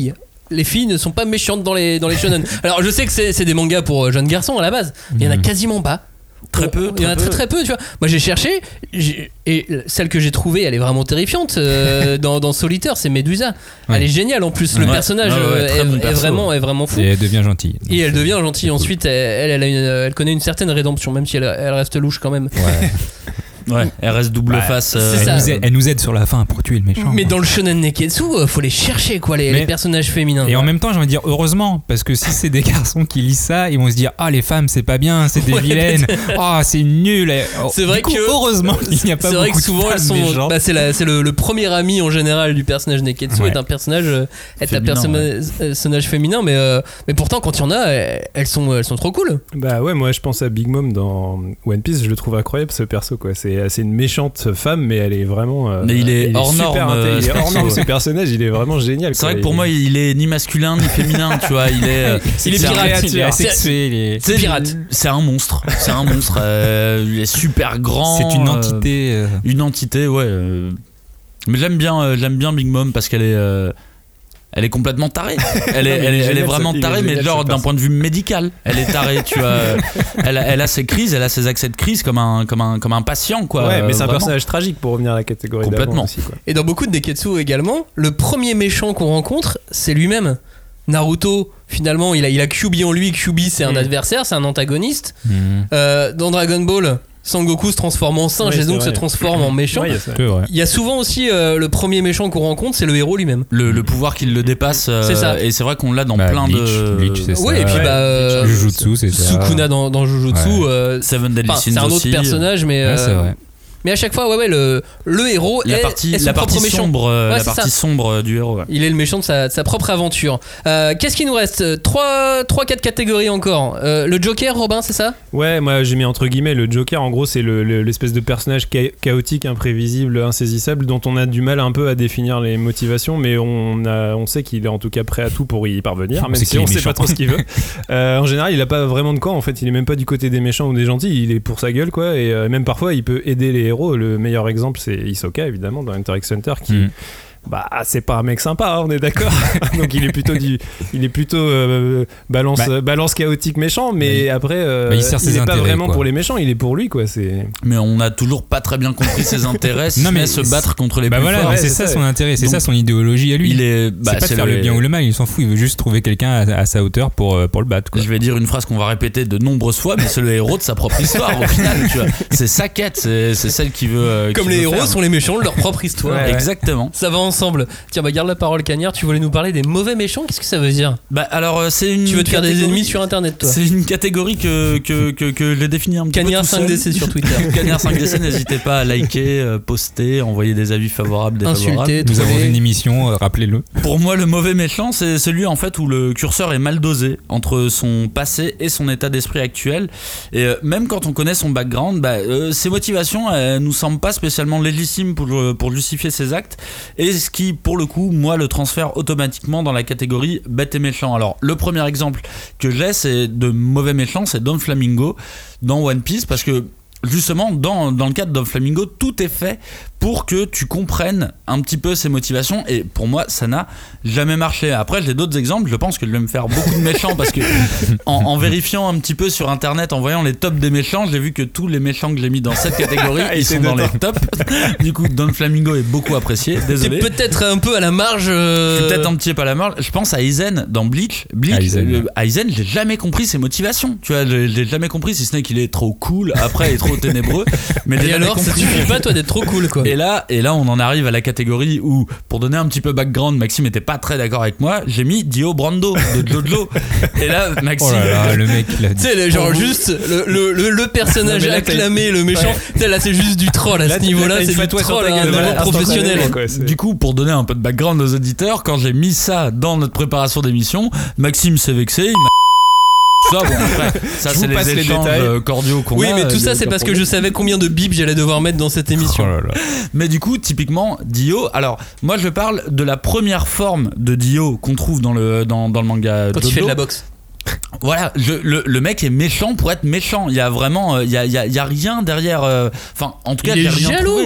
les filles ne sont pas méchantes dans les, dans les shonen. Alors je sais que c'est, c'est des mangas pour jeunes garçons à la base, mais il y en a quasiment pas. Très peu. Il y en a très très peu, tu vois. Moi j'ai cherché j'ai, et celle que j'ai trouvée, elle est vraiment terrifiante euh, dans, dans Solitaire, c'est Médusa. Ouais. Elle est géniale en plus. Le ouais. personnage ouais, ouais, est, bon est vraiment est vraiment fou. Et elle devient gentille. Et elle devient gentille. Ensuite, elle, elle, a une, elle connaît une certaine rédemption, même si elle, elle reste louche quand même. Ouais. Ouais, elle reste double bah, face. Euh... Elle, nous aide, elle nous aide sur la fin pour tuer le méchant. Mais dans le shonen neketsu, faut les chercher quoi, les, les personnages féminins. Et en même temps, j'ai envie de dire heureusement, parce que si c'est des garçons qui lisent ça, ils vont se dire ah les femmes c'est pas bien, c'est des ouais, vilaines, ah oh, c'est nul. C'est vrai coup, que heureusement il n'y a pas c'est beaucoup vrai que souvent de elles sont. Bah, c'est, la, c'est le, le premier ami en général du personnage neketsu ouais. est un personnage, euh, est un personnage, ouais. personnage féminin, mais euh, mais pourtant quand il y en a, elles sont elles sont trop cool. Bah ouais, moi je pense à Big Mom dans One Piece, je le trouve incroyable ce perso quoi. C'est c'est une méchante femme, mais elle est vraiment. Euh, mais il est il hors est norme. Euh, il est hors norme. Ce personnage, il est vraiment génial. C'est quoi. Vrai que pour il... moi, il est ni masculin ni féminin. Tu vois, il est. Euh, il est pirate. Il est asexué. Il est... C'est pirate. C'est un monstre. C'est un monstre. Euh, il est super grand. C'est une entité. Euh, une entité, ouais. Euh, mais j'aime bien, euh, j'aime bien Big Mom parce qu'elle est. Euh, Elle est complètement tarée. Elle est, elle est, elle est vraiment tarée, mais genre d'un point de vue médical, elle est tarée. Tu vois, elle a, elle a ses crises, elle a ses accès de crise comme un, comme un, comme un patient, quoi. Ouais, mais c'est vraiment. un personnage tragique pour revenir à la catégorie complètement. Aussi, quoi. Et dans beaucoup de neketsu également, le premier méchant qu'on rencontre, c'est lui-même. Naruto, finalement, il a, il a Kyuubi en lui. Kyuubi, c'est un mmh. adversaire, c'est un antagoniste. Mmh. Euh, dans Dragon Ball, Sangoku se transforme en singe oui, et donc se transforme en méchant. Ouais, il y a souvent aussi euh, le premier méchant qu'on rencontre, c'est le héros lui-même. Le, le pouvoir qui le dépasse. Euh, c'est ça. Et c'est vrai qu'on l'a dans bah, plein Bleach, de. Bleach, c'est ça. Oui, et puis ouais. bah. Euh, Jujutsu, c'est ça. Sukuna dans, dans Jujutsu. Ouais. Euh, Seven Deadly Sins. C'est un autre aussi. personnage, mais. Ouais, euh, c'est vrai. Mais à chaque fois, ouais, ouais, le, le héros la est, partie, est son la propre partie méchant. sombre, ouais, la partie ça. sombre du héros. Ouais. Il est le méchant de sa, de sa propre aventure. Euh, qu'est-ce qu'il nous reste ? trois quatre catégories encore. Euh, le Joker, Robin, c'est ça ? Ouais, moi j'ai mis entre guillemets le Joker. En gros, c'est le, le, l'espèce de personnage cha- chaotique, imprévisible, insaisissable, dont on a du mal un peu à définir les motivations, mais on, a, on sait qu'il est en tout cas prêt à tout pour y parvenir, même si on sait pas trop ce qu'il veut. Euh, en général, il a pas vraiment de camp. En fait, il est même pas du côté des méchants ou des gentils. Il est pour sa gueule, quoi. Et euh, même parfois, il peut aider les héros. Le meilleur exemple, c'est Hisoka, évidemment, dans Hunter x Hunter, qui. Mm. Bah, c'est pas un mec sympa, hein, on est d'accord. Donc il est plutôt du, il est plutôt euh, balance, bah, balance chaotique méchant, mais bah, après, euh, bah, il, sert il est pas vraiment quoi. Pour les méchants, il est pour lui, quoi. C'est. Mais on a toujours pas très bien compris ses intérêts. Non mais se battre contre les bah plus voilà, forts. Ouais, c'est, c'est ça son intérêt, c'est Donc, ça son idéologie à lui. Il est, bah, c'est pas c'est de faire le... le bien ou le mal, il s'en fout, il veut juste trouver quelqu'un à, à sa hauteur pour pour le battre. Quoi. Je vais dire une phrase qu'on va répéter de nombreuses fois, mais c'est le héros de sa propre histoire au final. Tu vois, c'est sa quête, c'est, c'est celle qui veut. Euh, Comme qui les veut héros faire. sont les méchants de leur propre histoire. Ouais, exactement. Ça va ensemble. Tiens, bah garde la parole, Cagnard. Tu voulais nous parler des mauvais méchants. Qu'est-ce que ça veut dire ? Bah alors c'est une. Tu veux te faire catégorie... des ennemis sur Internet, toi ? C'est une catégorie que que que, que j'ai définie un petit Cagnard peu tout cinq D C sur Twitter. Cagnard cinq D C, n'hésitez pas à liker, poster, envoyer des avis favorables, défavorables. Insulter, Nous avons les... une émission, euh, rappelez-le. Pour moi, le mauvais méchant, c'est celui en fait où le curseur est mal dosé entre son passé et son état d'esprit actuel. Et euh, même quand on connaît son background, bah, euh, ses motivations, elles nous semblent pas spécialement légitimes pour pour justifier ses actes. Et ce qui, pour le coup, moi, le transfère automatiquement dans la catégorie bête et méchant. Alors, le premier exemple que j'ai, c'est de mauvais méchant, c'est Don Flamingo dans One Piece, parce que justement, dans, dans le cadre de Flamingo, tout est fait pour que tu comprennes un petit peu ses motivations, et pour moi ça n'a jamais marché. Après j'ai d'autres exemples, je pense que je vais me faire beaucoup de méchants parce que en, en vérifiant un petit peu sur internet, en voyant les tops des méchants, j'ai vu que tous les méchants que j'ai mis dans cette catégorie ils sont dans les tops. Du coup Don Flamingo est beaucoup apprécié, désolé. C'est peut-être un peu à la marge euh... Je suis peut-être un petit peu à la marge. Je pense à Aizen dans Bleach. Bleach Aizen, le, Aizen, j'ai jamais compris ses motivations, tu vois, j'ai, j'ai jamais compris, si ce n'est qu'il est trop cool, après il est trop ténébreux, mais et alors ça suffit pas toi d'être trop cool, quoi. Et là, et là, on en arrive à la catégorie où, pour donner un petit peu background, Maxime était pas très d'accord avec moi. J'ai mis Dio Brando de Jojo. Et là, Maxime, oh là là, le mec, il a dit. Tu sais, genre juste le, le, le, le personnage là, acclamé, le méchant. Tu sais, là, c'est juste du troll à là, ce niveau-là, c'est du troll à un niveau professionnel. Quoi, du coup, pour donner un peu de background aux auditeurs, quand j'ai mis ça dans notre préparation d'émission, Maxime s'est vexé. Il m'a Ça, bon, après, ça c'est les échanges les cordiaux qu'on oui, a. Oui, mais tout ça, c'est parce que je savais combien de bips j'allais devoir mettre dans cette émission. Oh là là. Mais du coup, typiquement, Dio. Alors, moi, je parle de la première forme de Dio qu'on trouve dans le, dans, dans le manga. Quand Dodo. il fait de la boxe. Voilà, je, le, le mec est méchant pour être méchant. Il y a vraiment, il y a, il y a, il y a rien derrière. Enfin, euh, en tout cas, il j'ai est rien jaloux. trouvé.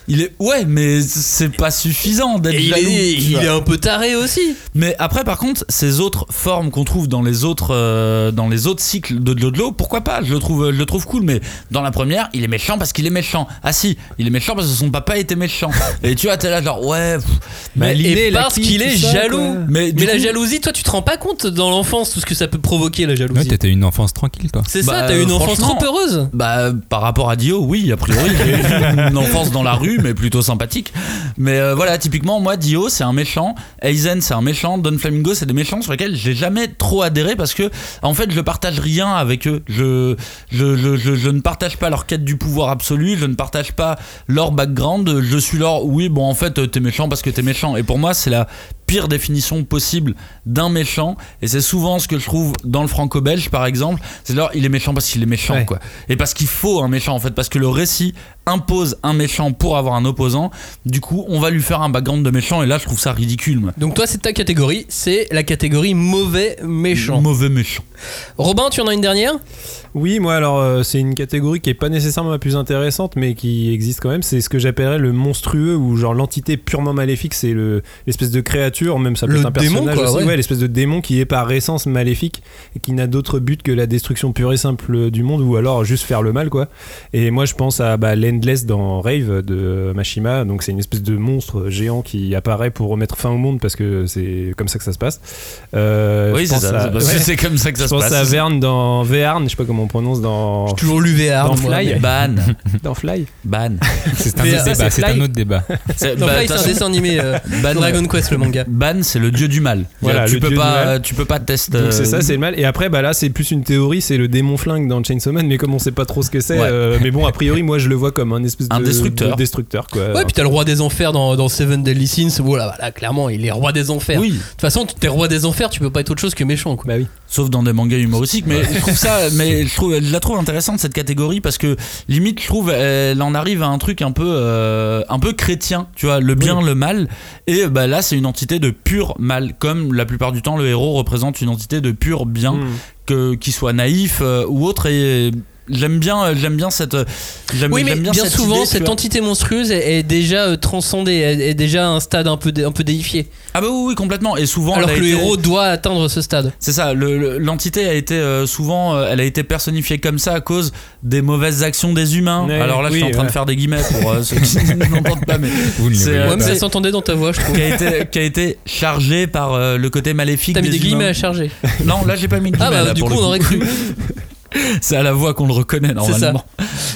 Il est ouais, mais c'est pas suffisant d'être Et il jaloux. est, tu il vois. est un peu taré aussi. Mais après, par contre, ces autres formes qu'on trouve dans les autres, euh, dans les autres cycles de Jojlo, pourquoi pas ? Je le trouve, je le trouve cool. Mais dans la première, il est méchant parce qu'il est méchant. Ah si, il est méchant parce que son papa était méchant. Et tu vois, t'es là genre ouais. Pff, Mais l'inné, et la parce clique, qu'il est tout ça, jaloux. quoi. Mais, Mais du la coup, jalousie, toi, tu te rends pas compte dans l'enfance tout ce que ça peut provoquer la jalousie. Ouais, t'étais une enfance tranquille, toi. C'est Bah, ça, t'as eu une enfance franchement, trop heureuse. Bah, par rapport à Dio, oui, a priori, j'ai eu une enfance dans la rue, mais plutôt sympathique. Mais euh, voilà, typiquement, moi, Dio, c'est un méchant. Aizen, c'est un méchant. Don Flamingo, c'est des méchants sur lesquels j'ai jamais trop adhéré parce que, en fait, je partage rien avec eux. Je, je, je, je, je ne partage pas leur quête du pouvoir absolu. Je ne partage pas leur background. Je suis leur, oui, bon, en fait, t'es méchant parce que t'es méchant. Et pour moi, c'est la pire définition possible d'un méchant, et c'est souvent ce que je trouve dans le franco-belge par exemple, c'est genre il est méchant parce qu'il est méchant, ouais. quoi, et parce qu'il faut un méchant en fait, parce que le récit impose un méchant pour avoir un opposant, du coup on va lui faire un background de méchant, et là je trouve ça ridicule, moi. Donc toi, c'est ta catégorie, c'est la catégorie mauvais méchant. Mauvais méchant. Robin, tu en as une dernière ? Oui, moi alors euh, c'est une catégorie qui est pas nécessairement la plus intéressante, mais qui existe quand même. C'est ce que j'appellerais le monstrueux, ou genre l'entité purement maléfique. C'est le, l'espèce de créature, même ça peut Le être un démon, personnage quoi, aussi, ouais. ouais, l'espèce de démon qui est par essence maléfique et qui n'a d'autre but que la destruction pure et simple du monde, ou alors juste faire le mal, quoi. Et moi je pense à bah, l'Endless dans Rave de Mashima. Donc c'est une espèce de monstre géant qui apparaît pour remettre fin au monde, parce que c'est comme ça que ça se passe. Euh, Oui, je c'est pense ça, à- c'est parce que ouais. c'est comme ça que ça Je se pense passe. à Verne dans Verne, je sais pas comment on prononce, dans J'ai toujours lu V R. Dans moi, Fly. mais- Ban, dans Fly. ban. C'est un Mais autre ça, débat. c'est C'est un Fly. autre débat. C'est, Non, bah, Fly, de c'est toute un façon, dessin animé. euh, Ban, Dragon Quest, le manga. Ban, c'est le dieu du mal. Voilà, tu le peux dieu du pas, mal. tu peux pas tester. Donc c'est ça, c'est le mal. Et après, bah là, c'est plus une théorie, c'est le démon flingue dans Chainsaw Man, mais comme on sait pas trop ce que c'est, Ouais. euh, mais bon, a priori, moi, je le vois comme un espèce de Un destructeur. de destructeur, quoi. Ouais, puis t'as le roi des enfers dans, dans Seven Deadly Sins. Voilà, voilà, clairement, il est roi des enfers. Oui. De toute façon, t'es roi des enfers, tu peux pas être autre chose que méchant, quoi. Bah oui. Sauf dans des mangas humoristiques, mais je trouve ça, mais je trouve, je la trouve intéressante cette catégorie, parce que limite je trouve elle en arrive à un truc un peu, euh, un peu chrétien, tu vois, le bien, Oui. le mal, et bah là c'est une entité de pur mal, comme la plupart du temps le héros représente une entité de pur bien, Mm. que qu'il soit naïf euh, ou autre, et j'aime bien, j'aime bien cette, j'aime, Oui, mais j'aime bien, bien cette souvent, idée, tu cette vois. entité monstrueuse est, est déjà euh, transcendée, est, est déjà à un stade un peu, dé- un peu déifié. Ah bah oui, oui, complètement, et souvent Alors elle que a le été- héros doit atteindre ce stade. C'est ça, le- le- l'entité a été euh, souvent, euh, elle a été personnifiée comme ça à cause des mauvaises actions des humains. Ouais, Alors là, je suis oui, en train ouais. de faire des guillemets pour euh, ceux qui n'entendent pas, mais Vous ne les c'est, voyez euh, pas. Ouais, mais ça c'est- s'entendait dans ta voix, je trouve. qui a été, qui a été chargé par euh, le côté maléfique T'as mis des des guillemets humains. à charger. Non, là j'ai pas mis de Ah guillemets. bah, là, du pour coup, le on aurait cru. C'est à la voix qu'on le reconnaît C'est ça. normalement.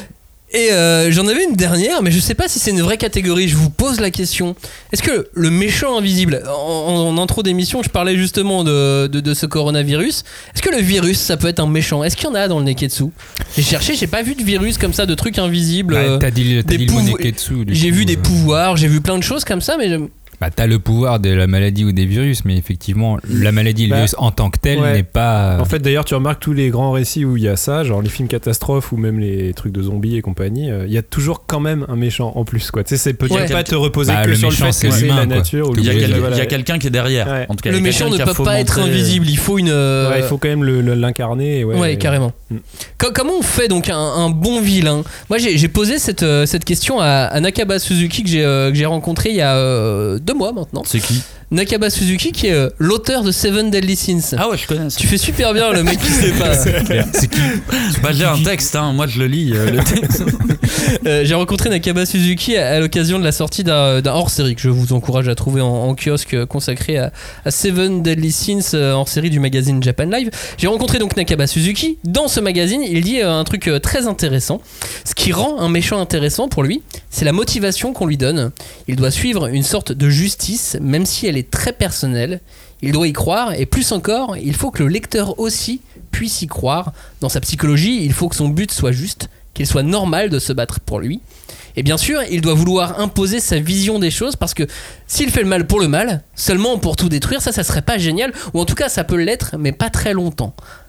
Et euh, j'en avais une dernière, mais je sais pas si c'est une vraie catégorie. Je vous pose la question. Est-ce que le méchant invisible, en, en- en intro d'émission, je parlais justement de, de, de ce coronavirus. Est-ce que le virus, ça peut être un méchant ? Est-ce qu'il y en a dans le Neketsu ? J'ai cherché, j'ai pas vu de virus comme ça, de trucs invisibles. Bah, euh, t'as dit, t'as des dit le mot pouvo- Neketsu, du J'ai coup, vu des euh, pouvoirs, j'ai vu plein de choses comme ça, mais je- Bah, t'as le pouvoir de la maladie ou des virus, mais effectivement, la maladie et le Bah, virus en tant que tel ouais. n'est pas. En fait, d'ailleurs, tu remarques tous les grands récits où il y a ça, genre les films catastrophes ou même les trucs de zombies et compagnie, euh, il y a toujours quand même un méchant en plus, quoi. Tu sais, c'est peut-être Ouais. pas te reposer Bah, que le sur le méchant, fait c'est que c'est l'humain, la quoi. nature ou Il y a, le- quel- voilà. il y a quelqu'un qui est derrière. Ouais. En tout cas, il y le a méchant quelqu'un ne qui a peut pas être fomenté- invisible. Il faut une. euh, Ouais, il faut quand même le- le- l'incarner. Ouais, Ouais, carrément. Mm. Co- comment on fait donc un, un bon vilain ? Moi, j'ai j'ai posé cette, euh, cette question à, à Nakaba Suzuki que j'ai euh, que j'ai rencontré il y a euh, deux mois maintenant. C'est qui ? Nakaba Suzuki qui est euh, l'auteur de Seven Deadly Sins. Ah ouais, je connais. ça. Tu fais super bien le mec qui sait pas. C'est qui ? Bah, j'ai un texte, hein, moi je le lis. euh, le texte. Euh, j'ai rencontré Nakaba Suzuki à, à l'occasion de la sortie d'un d'un hors-série que je vous encourage à trouver en, en kiosque euh, consacré à, à Seven Deadly Sins, euh, hors-série du magazine Japan Live. J'ai rencontré donc Nakaba Suzuki. Dans ce magazine, il dit euh, un truc euh, très intéressant. Ce qui rend un méchant intéressant pour lui, c'est la motivation qu'on lui donne. Il doit suivre une sorte de justice, même si elle est très personnelle. Il doit y croire, et plus encore, il faut que le lecteur aussi puisse y croire. Dans sa psychologie, il faut que son but soit juste, qu'il soit normal de se battre pour lui. Et bien sûr, il doit vouloir imposer sa vision des choses, parce que s'il fait le mal pour le mal, seulement pour tout détruire, ça, ça serait pas génial, ou en tout cas, ça peut l'être, mais pas très longtemps.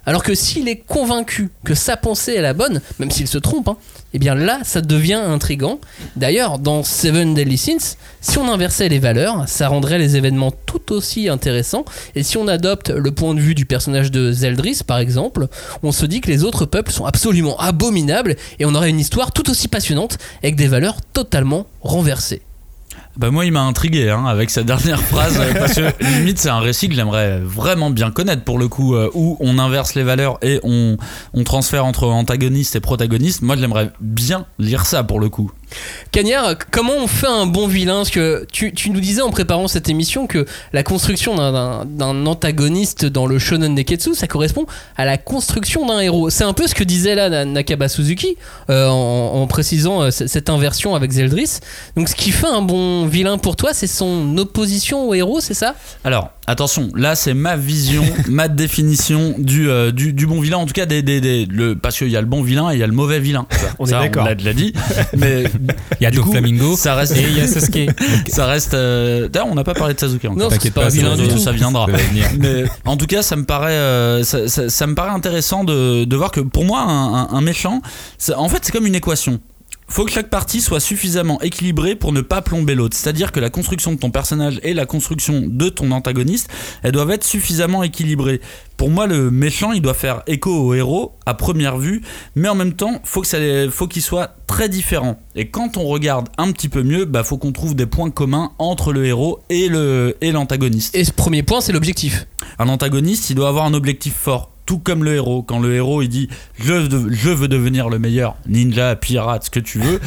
Alors que s'il est convaincu que sa pensée est la bonne, même s'il se trompe, hein, eh bien là, ça devient intriguant. D'ailleurs, dans Seven Deadly Sins, si on inversait les valeurs, ça rendrait les événements tout aussi intéressants. Et si on adopte le point de vue du personnage de Zeldris, par exemple, on se dit que les autres peuples sont absolument abominables et on aurait une histoire tout aussi passionnante avec des valeurs totalement renversées. Bah moi il m'a intrigué hein, avec sa dernière phrase parce que limite c'est un récit que j'aimerais vraiment bien connaître pour le coup euh, où on inverse les valeurs et on, on transfère entre antagonistes et protagonistes. Moi j'aimerais bien lire ça pour le coup. Cagnard, comment on fait un bon vilain? Parce que tu, tu nous disais en préparant cette émission que la construction d'un, d'un, d'un antagoniste dans le shonen neketsu, ça correspond à la construction d'un héros. C'est un peu ce que disait là Nakaba Suzuki euh, en, en précisant euh, cette inversion avec Zeldris. Donc ce qui fait un bon vilain pour toi, c'est son opposition au héros, c'est ça? Alors attention, là c'est ma vision, ma définition du, euh, du, du bon vilain, en tout cas des, des, des, le, parce qu'il y a le bon vilain et il y a le mauvais vilain. On ça, est d'accord. On l'a déjà dit, mais il y a Doflamingo ça reste et il y a Sasuke. Ça reste. Euh... D'ailleurs, on n'a pas parlé de Sasuke encore. Non, t'inquiète pas, vilain du tout. Ça viendra. Mais en tout cas, ça me paraît, euh, ça, ça, ça me paraît intéressant de, de voir que pour moi, un, un, un méchant, ça, en fait, c'est comme une équation. Faut que chaque partie soit suffisamment équilibrée pour ne pas plomber l'autre. C'est-à-dire que la construction de ton personnage et la construction de ton antagoniste, elles doivent être suffisamment équilibrées. Pour moi, le méchant, il doit faire écho au héros à première vue, mais en même temps, faut que ça, faut qu'il soit très différent. Et quand on regarde un petit peu mieux, bah, faut qu'on trouve des points communs entre le héros et, le, et l'antagoniste. Et ce premier point, c'est l'objectif. Un antagoniste, il doit avoir un objectif fort. Tout comme le héros, quand le héros il dit je, je veux devenir le meilleur, ninja, pirate, ce que tu veux,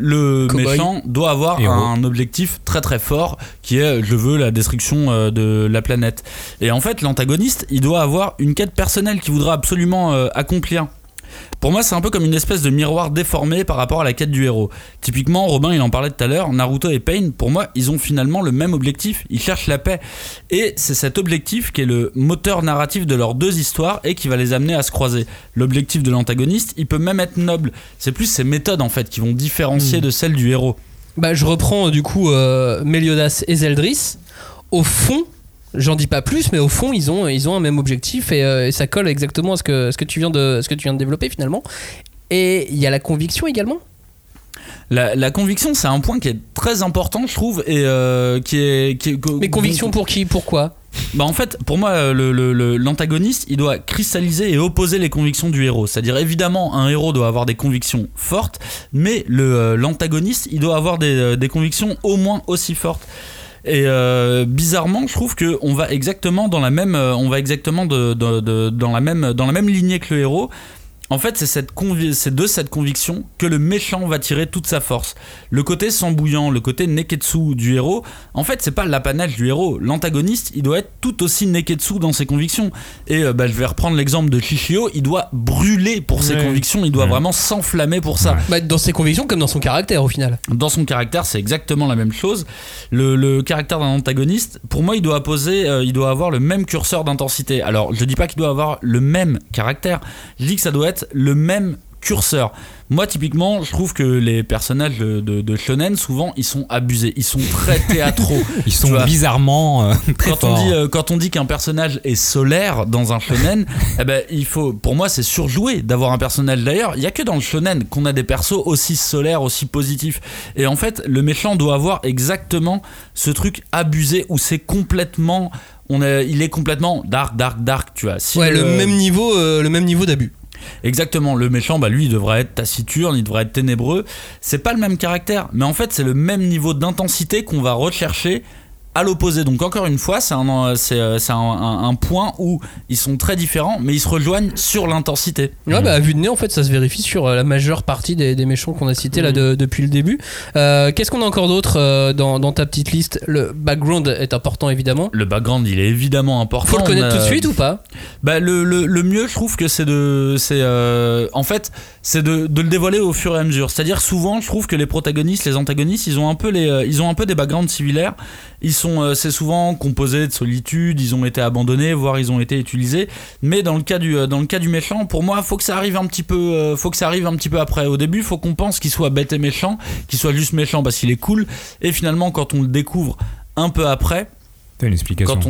le Cowboy. Méchant doit avoir héros. Un objectif très très fort qui est je veux la destruction de la planète. Et en fait l'antagoniste il doit avoir une quête personnelle qu'il voudra absolument euh, accomplir. Pour moi, c'est un peu comme une espèce de miroir déformé par rapport à la quête du héros. Typiquement, Robin, il en parlait tout à l'heure, Naruto et Pain, pour moi, ils ont finalement le même objectif. Ils cherchent la paix. Et c'est cet objectif qui est le moteur narratif de leurs deux histoires et qui va les amener à se croiser. L'objectif de l'antagoniste, il peut même être noble. C'est plus ses méthodes, en fait, qui vont différencier mmh. de celles du héros. Bah, je reprends, du coup, euh, Meliodas et Zeldris. Au fond... J'en dis pas plus, mais au fond, ils ont, ils ont un même objectif et, euh, et ça colle exactement à ce que, ce, que tu viens de, ce que tu viens de développer finalement. Et il y a la conviction également. La, la conviction, c'est un point qui est très important, je trouve, et euh, qui est. Qui est mais conviction pour qui? Pourquoi? Bah en fait, pour moi, le, le, le, l'antagoniste, il doit cristalliser et opposer les convictions du héros. C'est-à-dire, évidemment, un héros doit avoir des convictions fortes, mais le, l'antagoniste, il doit avoir des, des convictions au moins aussi fortes. Et euh, bizarrement, je trouve que on va exactement dans la même, on va exactement de, de, de, dans la même, dans la même lignée que le héros. En fait, c'est, cette convi- c'est de cette conviction que le méchant va tirer toute sa force. Le côté sang bouillant, le côté neketsu du héros, en fait, c'est pas l'apanage du héros. L'antagoniste, il doit être tout aussi neketsu dans ses convictions. Et euh, bah, je vais reprendre l'exemple de Shishio, il doit brûler pour ses ouais. convictions, il doit ouais. vraiment s'enflammer pour ça. Ouais. Bah, dans ses convictions comme dans son caractère au final. Dans son caractère, c'est exactement la même chose. Le, le caractère d'un antagoniste, pour moi, il doit poser, euh, il doit avoir le même curseur d'intensité. Alors, je dis pas qu'il doit avoir le même caractère, je dis que ça doit être le même curseur. Moi, typiquement, je trouve que les personnages de, de, de shonen, souvent, ils sont abusés. Ils sont très théâtraux. Ils sont vois, bizarrement euh, très quand forts. On dit, euh, quand on dit qu'un personnage est solaire dans un shonen, eh ben, il faut, pour moi, c'est surjoué d'avoir un personnage. D'ailleurs, il n'y a que dans le shonen qu'on a des persos aussi solaires, aussi positifs. Et en fait, le méchant doit avoir exactement ce truc abusé où c'est complètement... On a, il est complètement dark, dark, dark, tu vois. Si ouais, le, le même niveau, euh, le même niveau d'abus. Exactement, le méchant, bah lui, il devrait être taciturne, il devrait être ténébreux. C'est pas le même caractère, mais en fait, c'est le même niveau d'intensité qu'on va rechercher à l'opposé. Donc encore une fois, c'est un, c'est, c'est un, un, un point où ils sont très différents, mais ils se rejoignent sur l'intensité. Ouais, bah à vue de nez, en fait, ça se vérifie sur la majeure partie des, des méchants qu'on a cités là de, depuis le début. Euh, qu'est-ce qu'on a encore d'autre euh, dans, dans ta petite liste? Le background est important, évidemment. Le background, il est évidemment important. Faut le connaître a... tout de suite ou pas? Bah le, le, le mieux, je trouve que c'est de, c'est euh, en fait, c'est de, de le dévoiler au fur et à mesure. C'est-à-dire souvent, je trouve que les protagonistes, les antagonistes, ils ont un peu les, ils ont un peu des backgrounds similaires. Ils sont, c'est souvent composé de solitude, ils ont été abandonnés, voire ils ont été utilisés. Mais dans le cas du, dans le cas du méchant, pour moi, faut que ça arrive un petit peu, faut que ça arrive un petit peu après. Au début, faut qu'on pense qu'il soit bête et méchant, qu'il soit juste méchant parce qu'il est cool. Et finalement, quand on le découvre un peu après, t'as une explication. Quand on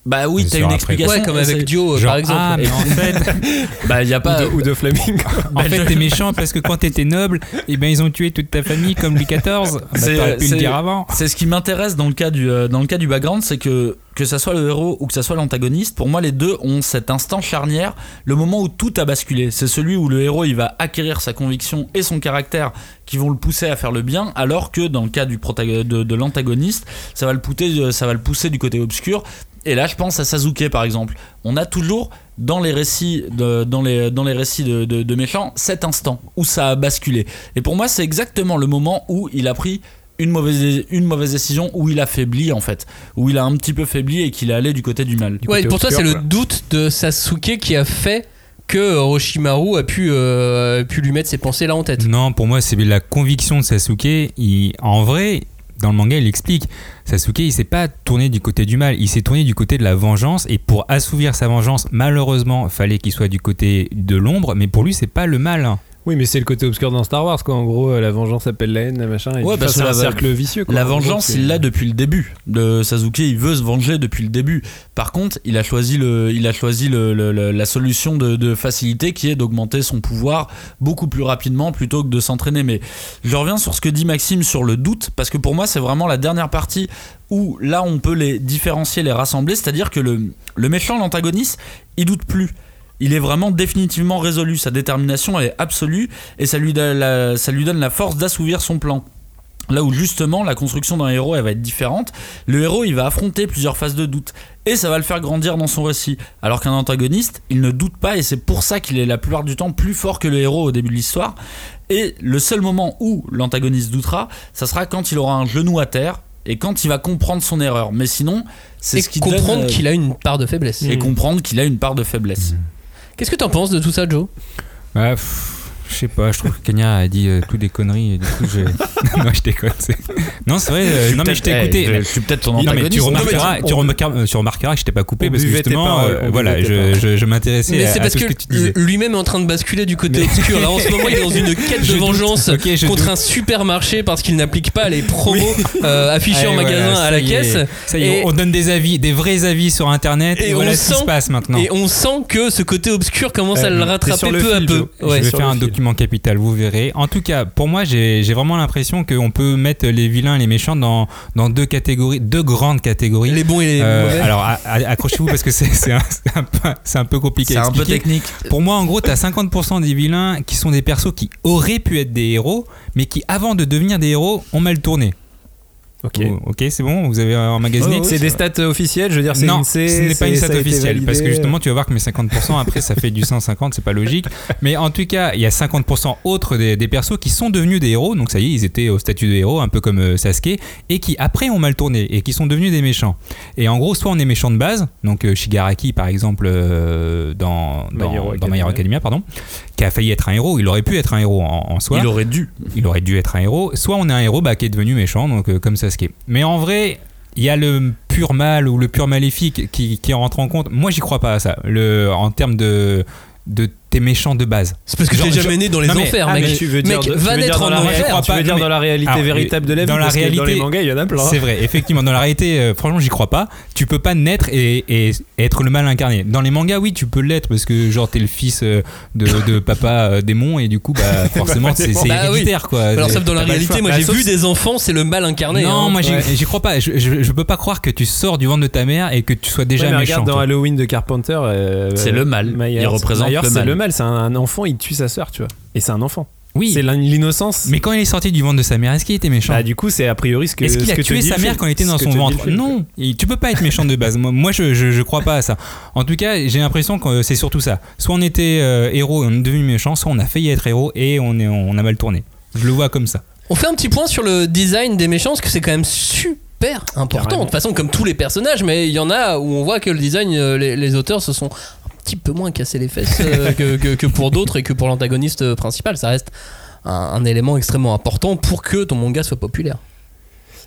Bah oui, Bien t'as sûr, une après. explication. Ouais, comme avec c'est- Dio, Genre, par exemple. ah, mais en fait, Bah y a pas. Ou de, ou de Flamingo. en fait, t'es méchant parce que quand t'étais noble, eh ben ils ont tué toute ta famille comme Louis quatorze. Bah, C'est- t'aurais pu c'est- le dire avant. C'est ce qui m'intéresse dans le cas du euh, dans le cas du background, c'est que que ça soit le héros ou que ça soit l'antagoniste, pour moi les deux ont cet instant charnière, le moment où tout a basculé. C'est celui où le héros il va acquérir sa conviction et son caractère qui vont le pousser à faire le bien, alors que dans le cas du protago- de, de l'antagoniste, ça va le pousser ça va le pousser du côté obscur. Et là, je pense à Sasuke par exemple. On a toujours dans les récits de, dans les, dans les récits de, de, de méchants cet instant où ça a basculé. Et pour moi, c'est exactement le moment où il a pris une mauvaise, une mauvaise décision, où il a faibli en fait, où il a un petit peu faibli et qu'il est allé du côté du mal. Du Ouais, côté pour toi, obscur, c'est quoi. le doute de Sasuke qui a fait que Orochimaru a pu, euh, a pu lui mettre ses pensées là en tête. Non, pour moi, c'est la conviction de Sasuke. Il, en vrai, dans le manga, il explique Sasuke, il s'est pas tourné du côté du mal, il s'est tourné du côté de la vengeance. Et pour assouvir sa vengeance, malheureusement, fallait qu'il soit du côté de l'ombre. Mais pour lui, c'est pas le mal. hein. Oui, mais c'est le côté obscur dans Star Wars, quoi. En gros, la vengeance appelle la haine, la machin. Et Ouais, enfin, parce c'est que un la- cercle vicieux, quoi. La En gros, vengeance, c'est- il l'a depuis le début. De Sasuke, il veut se venger depuis le début. Par contre, il a choisi, le, il a choisi le, le- le- la solution de, de facilité qui est d'augmenter son pouvoir beaucoup plus rapidement plutôt que de s'entraîner. Mais je reviens sur ce que dit Maxime sur le doute, parce que pour moi, c'est vraiment la dernière partie où là, on peut les différencier, les rassembler. C'est-à-dire que le, le méchant, l'antagoniste, il doute plus. Il est vraiment définitivement résolu, sa détermination elle est absolue et ça lui donne la, ça lui donne la force d'assouvir son plan. Là où justement la construction d'un héros elle va être différente, le héros il va affronter plusieurs phases de doute et ça va le faire grandir dans son récit. Alors qu'un antagoniste il ne doute pas et c'est pour ça qu'il est la plupart du temps plus fort que le héros au début de l'histoire. Et le seul moment où l'antagoniste doutera, ça sera quand il aura un genou à terre et quand il va comprendre son erreur. Mais sinon, c'est Et ce qui comprendre donne, euh, qu'il a une part de faiblesse. et comprendre qu'il a une part de faiblesse. Qu'est-ce que t'en penses de tout ça, Joe? Bah, pff, je sais pas, je trouve que Kenya a dit euh, tout des conneries et du coup, je. non, je déconne. c'est- Non, c'est vrai, euh, non, mais je t'ai peut-être- écouté. eh, je- mais- je suis peut-être ton Non, mais antagoniste. tu Non, mais remarqueras, on- tu remarqueras, euh, tu remarqueras que je t'ai pas coupé on parce que buvait tes justement, paroles, euh, on voilà, buvait tes je, paroles. je, je m'intéressais Mais à, c'est à parce tout ce que, que tu disais. lui-même est en train de basculer du côté Mais- obscur. Là, en ce moment, il est dans une quête Je de doute. vengeance Ok, je contre doute. un supermarché parce qu'il n'applique pas les promos euh, affichés en Allez, magasin voilà, à ça la y caisse. est. Ça y est, Et- on donne des avis, des vrais avis sur internet et, Et voilà on ce qui sent- se passe maintenant. Et on sent que ce côté obscur commence à Euh, le t'es rattraper sur le peu à fil, peu. Joe. Ouais. je vais sur faire le un fil. document capital, vous verrez. En tout cas, pour moi, j'ai j'ai vraiment l'impression qu'on peut mettre les vilains et les méchants dans, dans deux catégories, deux grandes catégories. Les bons et les Euh, mauvais. alors, a- a- accrochez-vous parce que c'est c'est un, c'est un peu- c'est un peu compliqué C'est à un peu expliquer. technique. Pour moi, en gros, t'as cinquante pour cent des vilains qui sont des persos qui auraient pu être des héros, mais qui, avant de devenir des héros, ont mal tourné. Ok. Oh, ok, c'est bon, vous avez emmagasiné. c'est des stats officielles, je veux dire, c'est non, une C, ce n'est pas une ça stat a été officielle validé. parce que justement tu vas voir que mes cinquante pour cent après ça fait du cent cinquante, c'est pas logique. Mais en tout cas, il y a cinquante pour cent autres des, des persos qui sont devenus des héros, donc ça y est, ils étaient au statut de héros, un peu comme euh, Sasuke, et qui après ont mal tourné et qui sont devenus des méchants. Et en gros, soit on est méchant de base, donc euh, Shigaraki par exemple euh, dans, My dans, Hero dans My Hero Academia. Academia, pardon, qui a failli être un héros, il aurait pu être un héros en, en soi. Il aurait dû. Il aurait dû être un héros. Soit on est un héros bah, qui est devenu méchant, donc euh, comme Sasuke. Mais en vrai, il y a le pur mal ou le pur maléfique qui, qui rentre en compte. Moi, j'y crois pas à ça. Le, en termes de, de tes méchants de base. C'est parce que Genre- t'es jamais genre- né dans les non, mais- enfers, Ah, mec. mais tu veux dire, Mec, de- tu va veux dire naître dans en la enfer. réalité, crois tu veux pas, dire mais- dans la réalité Alors, véritable de la vie, dans la parce que dans réalité- les mangas, il y en a plein. C'est vrai, effectivement, dans la réalité, euh, franchement, j'y crois pas. Tu peux pas naître et, et être le mal incarné. Dans les mangas, oui, tu peux l'être parce que, genre, t'es le fils euh, de, de papa euh, démon et du coup, bah, forcément, c'est c'est Bah oui. héréditaire, quoi. Alors, C'est- sauf dans la t'as pas le réalité, choix. moi Bah, j'ai sauf vu si- des enfants, c'est le mal incarné. Non, hein. moi, j'y Ouais. j'y crois pas. Je, je, je peux pas croire que tu sors du ventre de ta mère et que tu sois déjà Ouais, mais méchant. regarde dans toi. Halloween de Carpenter, euh, C'est le mal. Myers- Il représente Myers, le c'est mal. le mal. C'est un, un enfant, il tue sa sœur, tu vois. Et c'est un enfant. Oui, C'est l'in- l'innocence. mais quand il est sorti du ventre de sa mère, est-ce qu'il était méchant? Bah, du coup, c'est a priori ce que. Est-ce qu'il ce a que te tué dit sa le mère film. quand il était dans Ce que son te dit ventre? le film. Non, il- tu peux pas être méchant de base. Moi, moi, je, je, je crois pas à ça. En tout cas, j'ai l'impression que c'est surtout ça. Soit on était euh, héros et on est devenu méchant, soit on a failli être héros et on, est, on a mal tourné. Je le vois comme ça. On fait un petit point sur le design des méchants parce que c'est quand même super important. Carrément. De toute façon, comme tous les personnages, mais il y en a où on voit que le design, euh, les, les auteurs se sont un petit peu moins cassé les fesses euh, que, que, que pour d'autres et que pour l'antagoniste principal. Ça reste un, un élément extrêmement important pour que ton manga soit populaire.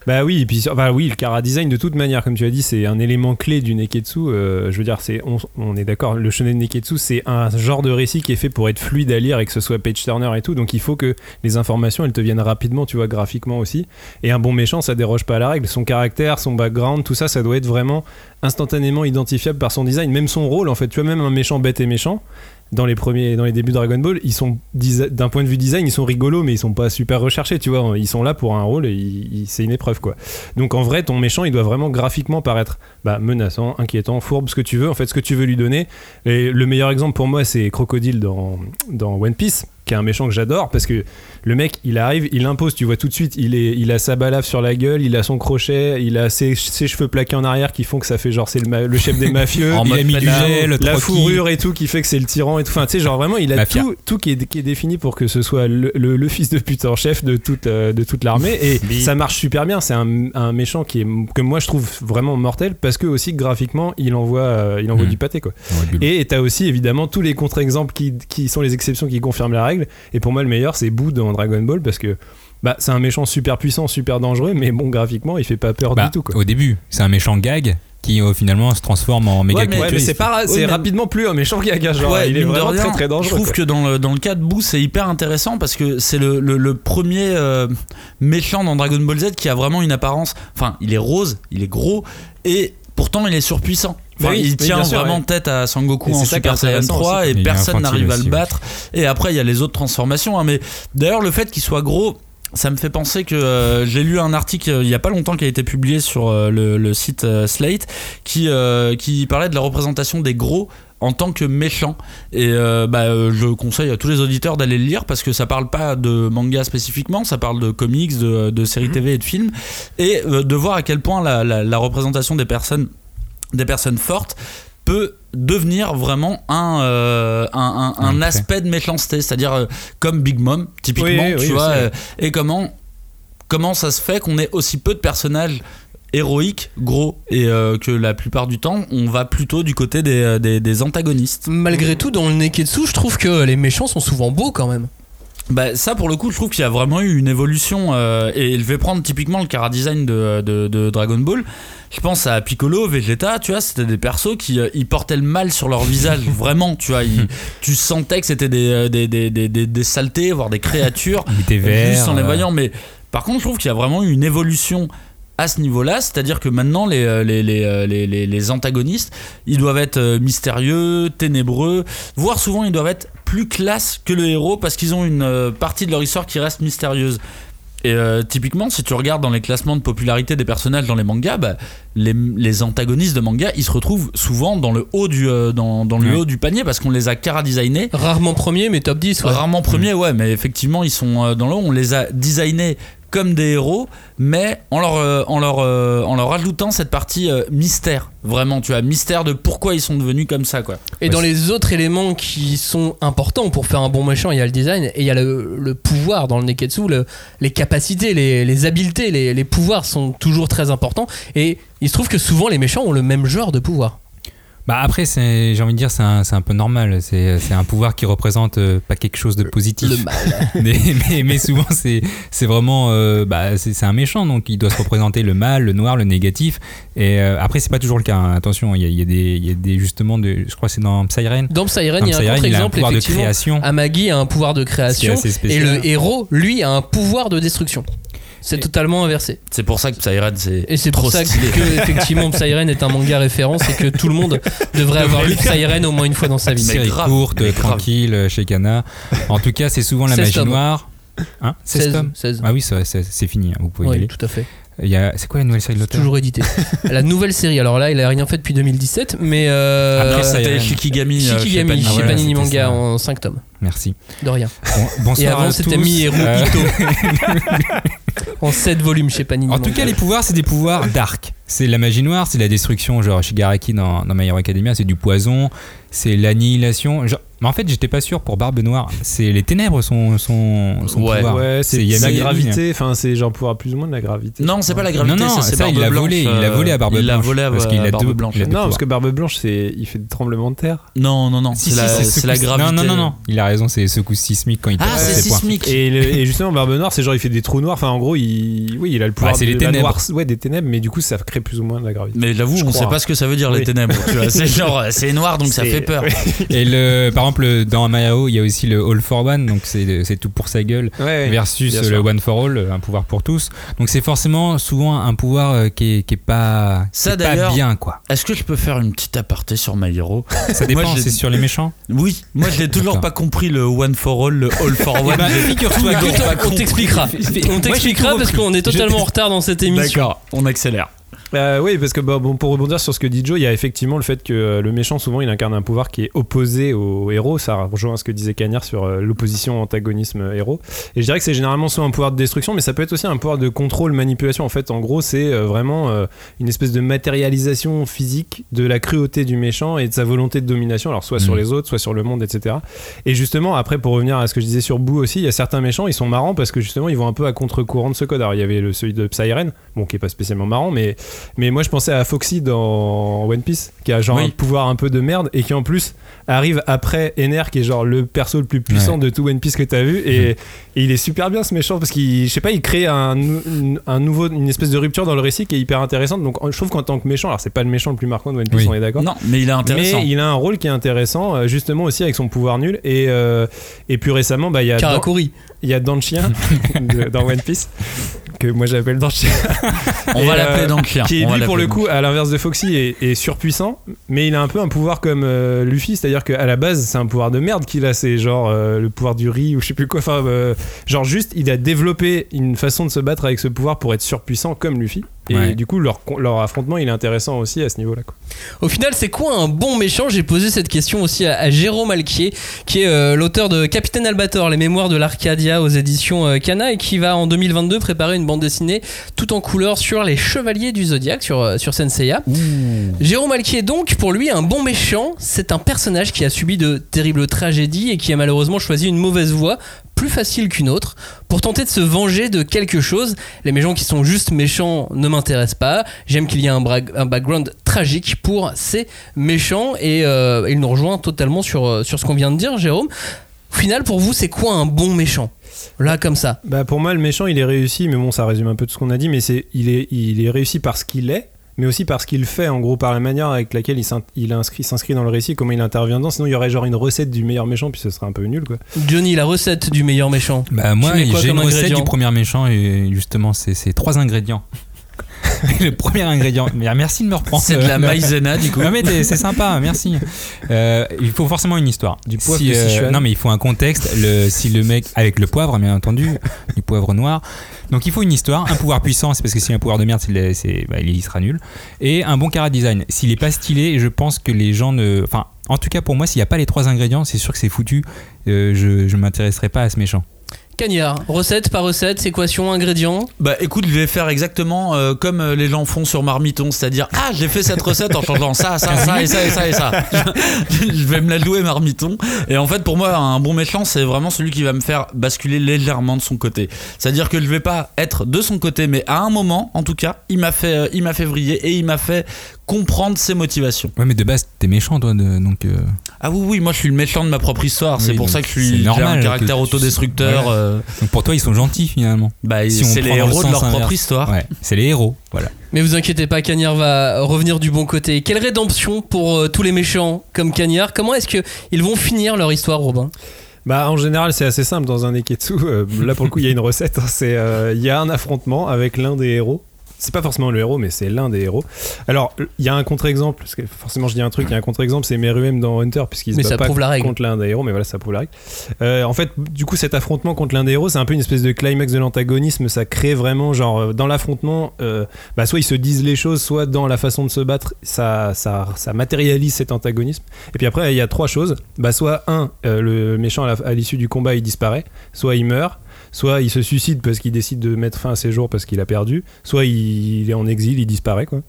Bah oui, et puis bah oui, le chara design de toute manière, comme tu as dit, c'est un élément clé du Neketsu. Euh, je veux dire, c'est, on, on est d'accord, le shonen Neketsu, c'est un genre de récit qui est fait pour être fluide à lire et que ce soit page turner et tout. Donc il faut que les informations elles te viennent rapidement, tu vois, graphiquement aussi. Et un bon méchant, ça déroge pas à la règle. Son caractère, son background, tout ça, ça doit être vraiment instantanément identifiable par son design, même son rôle en fait. Tu vois, même un méchant bête et méchant. Dans les premiers, dans les débuts de Dragon Ball, ils sont d'un point de vue design, ils sont rigolos, mais ils sont pas super recherchés, tu vois. Ils sont là pour un rôle et ils, c'est une épreuve, quoi. Donc en vrai, ton méchant, il doit vraiment graphiquement paraître bah, menaçant, inquiétant, fourbe, ce que tu veux, en fait, ce que tu veux lui donner. Et le meilleur exemple pour moi, c'est Crocodile dans dans One Piece, qui est un méchant que j'adore parce que le mec il arrive, il impose, tu vois tout de suite, il, est, il a sa balafre sur la gueule, il a son crochet, il a ses, ses cheveux plaqués en arrière qui font que ça fait genre c'est le, ma- le chef des mafieux, il a mis du gel, la fourrure et tout qui fait que c'est le tyran et tout, enfin tu sais genre vraiment il a tout, tout qui, est, qui est défini pour que ce soit le, le, le fils de pute en chef de toute, euh, de toute l'armée et oui. Ça marche super bien, c'est un, un méchant qui est, que moi je trouve vraiment mortel parce que aussi graphiquement il envoie, euh, il envoie mmh. du pâté quoi. Ouais, et t'as aussi évidemment tous les contre-exemples qui, qui sont les exceptions qui confirment la règle et pour moi le meilleur c'est Boo dans Dragon Ball parce que bah, c'est un méchant super puissant, super dangereux mais bon graphiquement il fait pas peur bah, du tout quoi. Au début c'est un méchant gag qui euh, finalement se transforme en méga ouais, mais, ouais, mais c'est, pas, c'est ouais, rapidement plus un méchant gag genre ouais, il est vraiment rien, très très dangereux. Je trouve quoi. Que dans le, dans le cas de Boo c'est hyper intéressant parce que c'est le, le, le premier euh, méchant dans Dragon Ball Z qui a vraiment une apparence, enfin il est rose, il est gros et pourtant il est surpuissant. Enfin, oui, il tient sûr, vraiment ouais. tête à Sangoku en Super Saiyan trois aussi. Et personne n'arrive à le battre aussi. Et après il y a les autres transformations hein. Mais d'ailleurs le fait qu'il soit gros, ça me fait penser que euh, j'ai lu un article euh, il y a pas longtemps qui a été publié sur euh, le, le site euh, Slate qui, euh, qui parlait de la représentation des gros en tant que méchants et euh, bah, euh, je conseille à tous les auditeurs d'aller le lire parce que ça parle pas de manga spécifiquement, ça parle de comics, de, de séries T V et de films et euh, de voir à quel point la, la, la représentation des personnes des personnes fortes peut devenir vraiment un, euh, un, un, un okay. aspect de méchanceté, c'est-à-dire euh, comme Big Mom typiquement oui, tu oui, vois euh, et comment, comment ça se fait qu'on ait aussi peu de personnages héroïques gros et euh, que la plupart du temps on va plutôt du côté des, des, des antagonistes. Malgré tout dans le Neketsu je trouve que les méchants sont souvent beaux quand même. Bah ça pour le coup je trouve qu'il y a vraiment eu une évolution euh, et je vais prendre typiquement le chara design de, de, de Dragon Ball. Je pense à Piccolo, Vegeta, tu vois, c'était des persos qui euh, ils portaient le mal sur leur visage, vraiment, tu vois, ils, tu sentais que c'était des, des, des, des, des, des saletés, voire des créatures, juste en les voyant. Mais par contre, je trouve qu'il y a vraiment eu une évolution à ce niveau-là, c'est-à-dire que maintenant les, les, les, les, les, les antagonistes, ils doivent être mystérieux, ténébreux, voire souvent ils doivent être plus classe que le héros parce qu'ils ont une partie de leur histoire qui reste mystérieuse. Et euh, typiquement, si tu regardes dans les classements de popularité des personnages dans les mangas, bah, les, les antagonistes de manga, ils se retrouvent souvent dans le haut du, euh, dans, dans le ouais. haut du panier parce qu'on les a chara-designés. Rarement premier, mais top dix. Ouais. Rarement premier, ouais, mais effectivement, ils sont dans le haut. On les a designés comme des héros, mais en leur, euh, en leur, euh, en leur ajoutant cette partie euh, mystère. Vraiment, tu as mystère de pourquoi ils sont devenus comme ça, quoi. Et ouais, dans c'est... les autres éléments qui sont importants pour faire un bon méchant, il y a le design et il y a le, le pouvoir dans le Neketsu, le, les capacités, les, les habiletés, les, les pouvoirs sont toujours très importants. Et il se trouve que souvent les méchants ont le même genre de pouvoir. Bah après, c'est, j'ai envie de dire, c'est un, c'est un peu normal. C'est, c'est un pouvoir qui représente euh, pas quelque chose de positif. Le mal. mais, mais, mais souvent, c'est, c'est vraiment, euh, bah, c'est, c'est un méchant, donc il doit se représenter le mal, le noir, le négatif. Et euh, après, c'est pas toujours le cas. Hein. Attention, il y a, il y a des, il y a des justement, de, je crois que c'est dans Psyren. Dans Psyren, il y a un contre-exemple effectivement. Amagi a un pouvoir de création et le héros, lui, a un pouvoir de destruction. C'est et totalement inversé. C'est pour ça que Psyren c'est Et c'est trop pour ça stylé. que effectivement Psyren est un manga référence et que tout le monde devrait avoir lu Psyren au moins une fois dans sa vie. Série courte, tranquille, chez Kana. En tout cas, c'est souvent la magie tomes. Noire. Hein seize tomes. seize Ah oui, c'est, c'est, c'est fini. Hein, vous pouvez oui, y aller. Tout à fait. Il y a, c'est quoi la nouvelle série de l'auteur ? Toujours édité. La nouvelle série, alors là, il a rien fait depuis deux mille dix-sept, mais. Euh, Après, c'était Shikigami. Shikigami, chez Panini, Panini Manga en cinq tomes. Merci. De rien. Bon, bonsoir. Et avant, à c'était tous. Mihiru Euh... Ito. En sept volumes chez Panini En Manga. tout cas, les pouvoirs, c'est des pouvoirs dark. C'est la magie noire, c'est la destruction, genre Shigaraki dans, dans My Hero Academia, c'est du poison, c'est l'annihilation. Genre, mais en fait, j'étais pas sûr pour Barbe Noire. C'est les ténèbres, son, son, son ouais, pouvoir. Ouais, c'est, c'est la gravité. Enfin, c'est genre pouvoir plus ou moins de la gravité. Non, c'est pas la gravité. Non, non, ça, c'est ça, Barbe il l'a Blanche. volé. Il l'a volé à Barbe il Blanche. Il l'a volé à, parce qu'il a Barbe deux, Blanche. Il a non, parce que Barbe Blanche, c'est, il fait des tremblements de terre. Non, non, non. Si, c'est, si, la, c'est, c'est la gravité. Non, non, non, non. Il a raison. C'est secousse sismique quand il Ah, c'est sismique. Et, le, et justement, Barbe Noire, c'est genre il fait des trous noirs. Enfin, en gros, il, il, oui, il a le pouvoir Ouais, c'est de les la ténèbres. noire- ouais, des ténèbres, mais du coup, ça crée plus ou moins de la gravité. Mais j'avoue, Je on crois, sait hein. pas ce que ça veut dire les Oui. ténèbres. Tu vois, c'est genre, c'est noir donc ça C'est- fait peur. oui. Et le, par exemple, dans Mao, il y a aussi le All for One, donc c'est, c'est tout pour sa gueule, Ouais, ouais, versus bien le sûr. One for All, un pouvoir pour tous. Donc c'est forcément souvent un pouvoir euh, qui est, qui est pas, Ça, qui est pas d'ailleurs, bien, quoi. Est-ce que je peux faire une petite aparté sur My Hero? Ça dépend, Moi, je l'ai- c'est sur les méchants. Oui, moi je l'ai toujours D'accord. pas compris le one for all, le all for one. bah, J'ai figure-toi toujours que- pas On compris. t'expliquera. On t'expliquera parce qu'on est totalement en retard dans cette émission. D'accord, on accélère. Euh, oui, parce que bah, bon, pour rebondir sur ce que dit Joe, il y a effectivement le fait que euh, le méchant, souvent, il incarne un pouvoir qui est opposé au héros. Ça rejoint ce que disait Cagnard sur euh, l'opposition antagonisme-héros. Et je dirais que c'est généralement soit un pouvoir de destruction, mais ça peut être aussi un pouvoir de contrôle, manipulation. En fait, en gros, c'est euh, vraiment euh, une espèce de matérialisation physique de la cruauté du méchant et de sa volonté de domination, alors soit Mmh. sur les autres, soit sur le monde, et cetera. Et justement, après, pour revenir à ce que je disais sur Boo aussi, il y a certains méchants, ils sont marrants parce que justement, ils vont un peu à contre-courant de ce code. Alors, il y avait le, celui de Psyren, bon, qui est pas spécialement marrant, mais mais moi je pensais à Foxy dans One Piece, qui a genre Oui. un pouvoir un peu de merde et qui en plus arrive après Ener, qui est genre le perso le plus puissant Ouais. de tout One Piece que t'as vu. Et, et il est super bien ce méchant parce qu'il, je sais pas, il crée un, nou- un nouveau, une espèce de rupture dans le récit qui est hyper intéressante. Donc je trouve qu'en tant que méchant, alors c'est pas le méchant le plus marquant de One Piece, Oui. on est d'accord. Non, mais il est intéressant. Mais il a un rôle qui est intéressant, euh, justement aussi avec son pouvoir nul. Et, euh, et plus récemment, bah, il y a Dan- Karakuri. il y a Dan Chien de- dans One Piece, que moi j'appelle Dan Chien. On Et, va l'appeler euh, dans le chien. Qui On va lui pour l'appeler le coup, à l'inverse de Foxy, est, est surpuissant, mais il a un peu un pouvoir comme euh, Luffy, c'est-à-dire qu'à la base c'est un pouvoir de merde qu'il a, c'est genre euh, le pouvoir du riz ou je sais plus quoi, enfin euh, genre juste il a développé une façon de se battre avec ce pouvoir pour être surpuissant comme Luffy. Et Ouais. du coup leur, leur affrontement il est intéressant aussi à ce niveau-là, quoi. Au final, c'est quoi un bon méchant? J'ai posé cette question aussi à, à Jérôme Alquier, qui est euh, l'auteur de Capitaine Albator, les mémoires de l'Arcadia aux éditions euh, Kana, et qui va en deux mille vingt-deux préparer une bande dessinée tout en couleur sur les Chevaliers du Zodiaque, sur, euh, sur Senseiya. Jérôme Alquier, donc, pour lui, un bon méchant, c'est un personnage qui a subi de terribles tragédies et qui a malheureusement choisi une mauvaise voie, plus facile qu'une autre, pour tenter de se venger de quelque chose. Les méchants qui sont juste méchants ne m'intéressent pas. J'aime qu'il y ait un, bra- un background tragique pour ces méchants, et euh, il nous rejoint totalement sur, euh, sur ce qu'on vient de dire, Jérôme. Au final, pour vous, c'est quoi un bon méchant? Là, comme ça. Bah pour moi le méchant il est réussi, mais bon ça résume un peu tout ce qu'on a dit, mais c'est, il, est, il est réussi par ce qu'il est, mais aussi par ce qu'il fait, en gros par la manière avec laquelle il, s'in- il inscrit, s'inscrit dans le récit, comment il intervient dedans. Sinon il y aurait genre une recette du meilleur méchant, puis ce serait un peu nul, quoi. Johnny, la recette du meilleur méchant. Bah moi, Tu mets quoi j'ai une comme recette ingrédient du premier méchant et justement, c'est, c'est trois ingrédients. Le premier ingrédient. Mais merci de me reprendre. C'est de la maïzena du coup. Non mais t'es- c'est sympa, merci. Euh, il faut forcément une histoire. Du poivre Si, de euh, Sichuan. non mais il faut un contexte. Le, si le mec avec le poivre, bien entendu, du poivre noir. Donc il faut une histoire, un pouvoir puissant, c'est parce que s'il y a un pouvoir de merde, c'est, le- c'est, bah, il sera nul. Et un bon chara design. S'il est pas stylé, je pense que les gens ne, enfin, en tout cas pour moi, s'il n'y a pas les trois ingrédients, c'est sûr que c'est foutu. Euh, je je m'intéresserai pas à ce méchant. Cagnard, recette par recette, équation, ingrédients. Bah écoute, je vais faire exactement euh, comme euh, les gens font sur Marmiton, c'est-à-dire ah j'ai fait cette recette en changeant ça, ça, ça et ça et ça et ça. Je, je vais me la jouer Marmiton. Et en fait pour moi un bon méchant c'est vraiment celui qui va me faire basculer légèrement de son côté. C'est-à-dire que je vais pas être de son côté, mais à un moment en tout cas il m'a fait, euh, il m'a fait vriller et il m'a fait comprendre ses motivations. Ouais mais de base t'es méchant toi, de, donc. Euh... Ah oui oui moi je suis le méchant de ma propre histoire. Oui, c'est pour donc ça que je c'est suis j'ai normal un que caractère tu- autodestructeur. Voilà. euh, Donc pour toi ils sont gentils finalement. bah Si on c'est les prend dans le héros de sens leur propre inverse. histoire. Ouais, c'est les héros, voilà. Mais vous inquiétez pas, Cagnard va revenir du bon côté. Quelle rédemption pour euh, tous les méchants comme Cagnard? Comment est-ce qu'ils vont finir leur histoire, Robin? Bah en général c'est assez simple dans un Neketsu. Euh, là pour le coup il y a une recette, hein. C'est euh, il y a un affrontement avec l'un des héros. C'est pas forcément le héros, mais c'est l'un des héros. Alors, il y a un contre-exemple, parce que forcément je dis un truc, il y a un contre-exemple, c'est Meruem dans Hunter, puisqu'il se Mais bat ça pas prouve la règle. contre l'un des héros, mais voilà, ça prouve la règle. Euh, en fait, du coup, cet affrontement contre l'un des héros, c'est un peu une espèce de climax de l'antagonisme, ça crée vraiment, genre, euh, dans l'affrontement, euh, bah, soit ils se disent les choses, soit dans la façon de se battre, ça, ça, ça matérialise cet antagonisme. Et puis après, il y a trois choses. Bah, soit, un, euh, le méchant à, la- à l'issue du combat, il disparaît, soit il meurt, soit il se suicide parce qu'il décide de mettre fin à ses jours parce qu'il a perdu, soit il, il est en exil, il disparaît, quoi.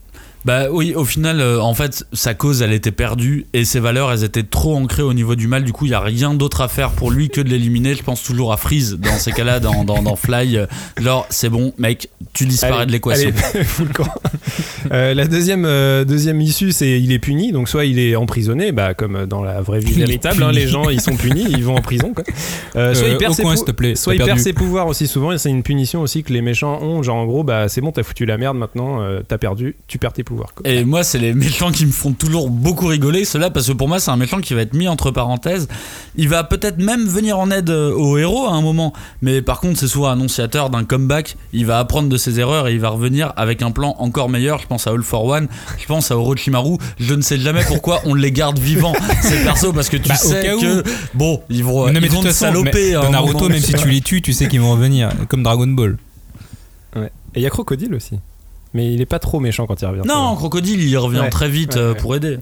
Bah oui, au final, euh, en fait, sa cause, elle était perdue et ses valeurs, elles étaient trop ancrées au niveau du mal. Du coup, il y a rien d'autre à faire pour lui que de l'éliminer. Je pense toujours à Freeze dans ces cas-là, dans, dans, dans Fly. Euh, genre, c'est bon, mec, tu disparais allez, de l'équation. Allez, fous le camp. euh, la deuxième, euh, deuxième issue, c'est il est puni. Donc soit il est emprisonné, bah comme dans la vraie vie Il véritable, hein, les gens ils sont punis, ils vont en prison. Quoi. Euh, soit Euh, il perd, au ses, coin, pou- s'il te plaît, soit t'as il perd perdu. ses pouvoirs aussi souvent. Et c'est une punition aussi que les méchants ont. Genre en gros, bah c'est bon, t'as foutu la merde maintenant, euh, t'as perdu, tu perds tes pouvoirs. Quoi. Et moi, c'est les méchants qui me font toujours beaucoup rigoler, ceux-là, parce que pour moi, c'est un méchant qui va être mis entre parenthèses. Il va peut-être même venir en aide au héros à un moment, mais par contre, c'est souvent annonciateur d'un comeback. Il va apprendre de ses erreurs et il va revenir avec un plan encore meilleur. Je pense à All for One, je pense à Orochimaru. Je ne sais jamais pourquoi on les garde vivants, ces persos, parce que tu Bah, au sais cas où. que, bon, ils vont, Non, mais ils de vont toute te façon, saloper. mais à dans un Naruto, moment. même si tu les tues, tu sais qu'ils vont revenir, comme Dragon Ball. Ouais. Et il y a Crocodile aussi. Mais il est pas trop méchant quand il revient. Non, Crocodile, il revient Ouais. très vite Ouais, euh, ouais. pour aider.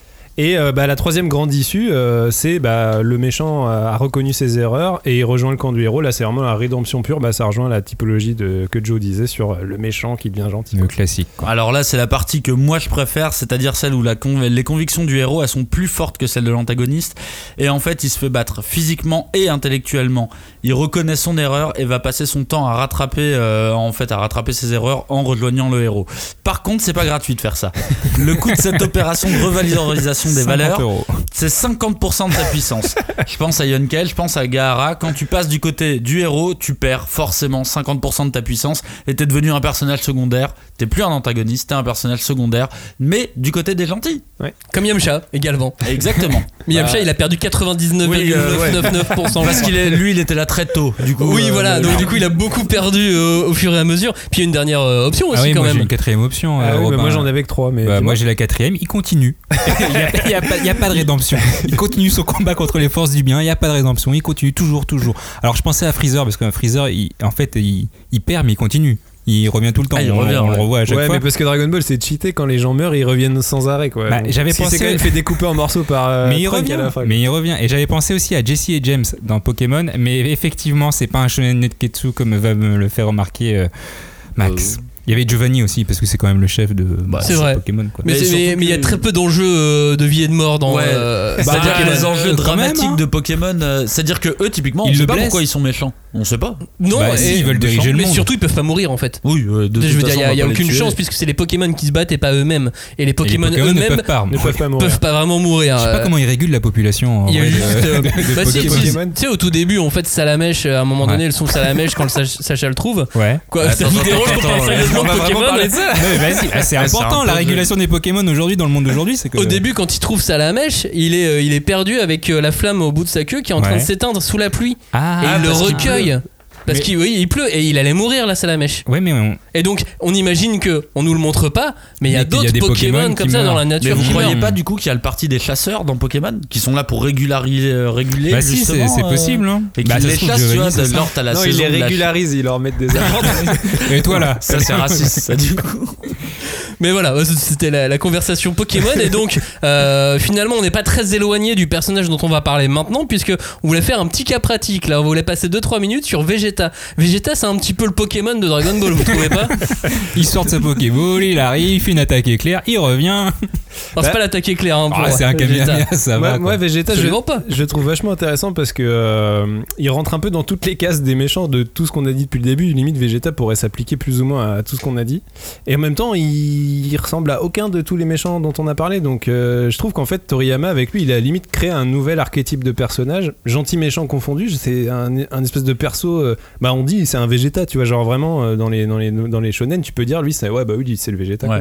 Et euh, bah, la troisième grande issue, euh, c'est bah, le méchant a reconnu ses erreurs et il rejoint le camp du héros. Là, c'est vraiment la rédemption pure. Bah, ça rejoint la typologie de, que Joe disait sur euh, le méchant qui devient gentil. Le classique. Quoi. Alors là, c'est la partie que moi je préfère, c'est-à-dire celle où la con- les convictions du héros, elles sont plus fortes que celles de l'antagoniste. Et en fait, il se fait battre physiquement et intellectuellement. Il reconnaît son erreur et va passer son temps à rattraper, euh, en fait, à rattraper ses erreurs en rejoignant le héros. Par contre, c'est pas gratuit de faire ça. Le coût de cette opération de revalorisation des valeurs, euros. c'est cinquante pour cent de ta puissance. Je pense à Yonkel, je pense à Gaara. Quand tu passes du côté du héros, tu perds forcément cinquante pour cent de ta puissance et t'es devenu un personnage secondaire. T'es plus un antagoniste, t'es un personnage secondaire, mais du côté des gentils. Ouais. Comme Yamcha également. Exactement. Mais Yamcha, Bah, il a perdu quatre-vingt-dix-neuf oui, virgule euh, ouais. quatre-vingt-dix-neuf pour cent. Parce qu'il est, lui, il était là très tôt. Du coup, Oui, euh, voilà. le- Donc, du coup, il a beaucoup perdu euh, au fur et à mesure. Puis, il y a une dernière euh, option aussi, Ah oui, quand moi j'ai même. une quatrième option. Ah euh, oui, bah, Robin. moi j'en avais que trois. Mais Bah, dis-moi. moi j'ai la quatrième, il continue. Il n'y a, il y a pas- il y a pas de rédemption. Il continue son combat contre les forces du bien, il n'y a pas de rédemption, il continue toujours, toujours. Alors je pensais à Freezer, parce que Freezer, il- en fait, il, il perd, mais il continue. Il revient tout le temps, Ah, il on, revient, on le ouais. revoit à chaque Ouais, fois. mais parce que Dragon Ball c'est cheaté, quand les gens meurent ils reviennent sans arrêt quoi. Bah, Donc, j'avais si pensé- c'est quand même fait découper en morceaux par euh, mais il Trunk revient, à la fin. mais il revient. Et j'avais pensé aussi à Jesse et James dans Pokémon, mais effectivement, c'est pas un shonen netketsu comme va me le faire remarquer euh, Max. Euh, Il y avait Giovanni aussi, parce que c'est quand même le chef de Bah, c'est vrai. Pokémon. Quoi. Mais Mais c'est- surtout mais mais il y a que- très peu d'enjeux euh, de vie et de mort dans. Ouais. euh, C'est-à-dire bah, que les euh, enjeux quand dramatiques même, hein. de Pokémon, euh, c'est-à-dire que eux, typiquement, on Ils sait le pas blessent. pourquoi ils sont méchants. On sait pas. Non, Bah, et- si, ils veulent diriger le mais monde. surtout, ils peuvent pas mourir en fait. Oui, euh, de je toute veux dire, il façon, y a, on il y a va pas les aucune tuer. chance puisque c'est les Pokémon qui se battent et pas eux-mêmes. Et les Et les Pokémon, Pokémon ne eux-mêmes peuvent pas. ne peuvent pas mourir. peuvent pas vraiment mourir. Je sais pas Euh, comment ils régulent la population. en Il y a vrai, juste. de- euh, de bah si, Pokémon. si, tu sais, au tout début, en fait, Salamèche, à un moment Ouais. donné, le son Salamèche quand le Sach- Sacha le trouve. Ouais. Quoi, Attends, ça vous attends, dérange qu'on attends, parle ouais. sérieusement On de va vraiment Pokémon parler de ça. Mais vas-y, ah, c'est Ah, c'est important un la peu régulation des Pokémon aujourd'hui dans le monde d'aujourd'hui, c'est que Au début, quand il trouve Salamèche, il est, euh, il est perdu avec euh, la flamme au bout de sa queue qui est en train Ouais. de s'éteindre sous la pluie. ah, et il le parce qu'il recueille. Parce Mais- qu'il oui, il pleut et il allait mourir la Salamèche. ouais, mais on- Et donc, on imagine que on nous le montre pas, mais il y a Mais qu'il y a d'autres des Pokémon, Pokémon comme qui ça dans meurent. la Mais nature vous qui croyez meurent. pas du coup qu'il y a le parti des chasseurs dans Pokémon qui sont là pour régulariser, euh, réguler bah si, c'est justement, c'est euh, possible. Hein. et qui Bah, ça les se trouve, chassent, tu Giovanni, vois, c'est de ça. l'or t'as la Non, ils saison les de la- régularisent, ils leur mettent des amendes. Et toi là Ça c'est raciste ça du coup. Mais voilà, c'était la, la conversation Pokémon. Et donc, euh, finalement, on n'est pas très éloigné du personnage dont on va parler maintenant, puisque on voulait faire un petit cas pratique. Là, on voulait passer deux trois minutes sur Vegeta. Vegeta, c'est un petit peu le Pokémon de Dragon Ball, vous trouvez pas? Il sort de sa Pokéball, il arrive, il fait une attaque éclair, il revient. Alors, c'est pas l'attaque éclair, hein, pour Ah, c'est un Vegeta. Kamehameha, ça moi, va. moi, quoi. Vegeta, je, Absolument pas. je le trouve vachement intéressant parce que euh, il rentre un peu dans toutes les cases des méchants de tout ce qu'on a dit depuis le début. Limite, Vegeta pourrait s'appliquer plus ou moins à tout ce qu'on a dit. Et en même temps, il, il ressemble à aucun de tous les méchants dont on a parlé. Donc, euh, je trouve qu'en fait, Toriyama, avec lui, il a limite créé un nouvel archétype de personnage, gentil-méchant confondu. C'est un, un espèce de perso. euh, bah, on dit, c'est un Vegeta, tu vois, genre vraiment euh, dans les dans les dans les shonen, tu peux dire, lui, c'est ouais, bah oui, c'est le Vegeta. quoi. Ouais.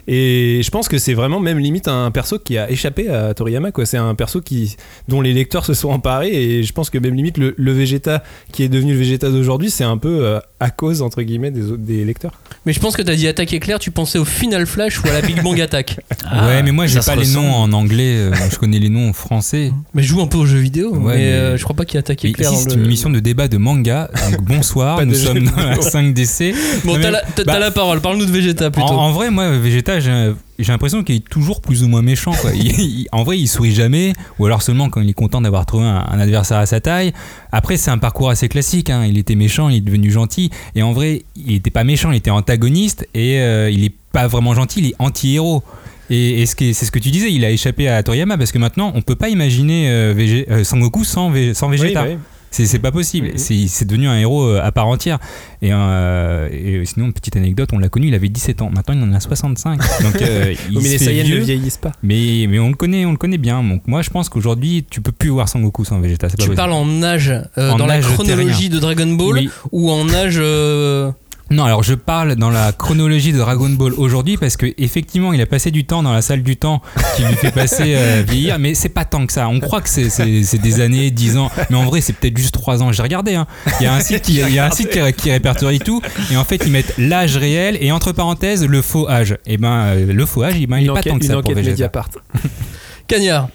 Et je pense que c'est vraiment même limite un perso qui a échappé à Toriyama, quoi. C'est un perso qui, dont les lecteurs se sont emparés, et je pense que même limite le, le Vegeta qui est devenu le Vegeta d'aujourd'hui, c'est un peu euh, à cause entre guillemets des, autres- des lecteurs. Mais je pense que t'as dit attaque éclair, tu pensais au Final Flash ou à la Big Bang Attack. Ouais, mais moi j'ai ça se pas les ressemble. noms en anglais, euh, je connais les noms en français. Mais je joue un peu aux jeux vidéo, Ouais, mais, mais- euh, je crois pas qu'il y a attaque Et éclair ici dans c'est le... une émission de débat de manga, donc bonsoir, Pas nous de jeu sommes de dans la mots. cinq D C. Bon, Non, t'as mais- la, t'as- bah, t'as la parole, parle-nous de Vegeta En, plutôt. en vrai, moi, Vegeta, j'ai- j'ai l'impression qu'il est toujours plus ou moins méchant, quoi. Il, il, en vrai, il sourit jamais, ou alors seulement quand il est content d'avoir trouvé un, un adversaire à sa taille. Après, c'est un parcours assez classique, hein. Il était méchant, il est devenu gentil, et en vrai, il était pas méchant, il était antagoniste, et euh, il est pas vraiment gentil, il est anti-héros. Et, et ce qui est, c'est ce que tu disais, il a échappé à Toriyama, parce que maintenant, on peut pas imaginer euh, Vég- euh, Sangoku sans, Vé- sans Vegeta. Oui, oui. C'est, c'est pas possible. Mm-hmm. C'est, c'est devenu un héros à part entière. Et, euh, et sinon, une petite anecdote, on l'a connu, il avait dix-sept ans. Maintenant, il en a soixante-cinq. Donc, euh, il mais les Saiyans ne vieillissent pas. Mais, mais on le connaît, on le connaît bien. Donc, moi, je pense qu'aujourd'hui, tu peux plus voir Sangoku sans Vegeta. C'est pas tu possible. parles en âge, euh, en dans âge la chronologie de Dragon Ball, oui. ou en âge. Euh... Non, alors je parle dans la chronologie de Dragon Ball aujourd'hui parce que effectivement, il a passé du temps dans la salle du temps qui lui fait passer euh, vieillir, mais c'est pas tant que ça. On croit que c'est, c'est, c'est des années, dix ans, mais en vrai, c'est peut-être juste trois ans. J'ai regardé. Hein. Il y a un site qui, il y a un site qui, qui répertorie tout, et en fait, ils mettent l'âge réel et entre parenthèses le faux âge. Et ben, euh, le faux âge, il, ben, il est pas tant que ça pour Vegeta. Mediapart. Cagnard.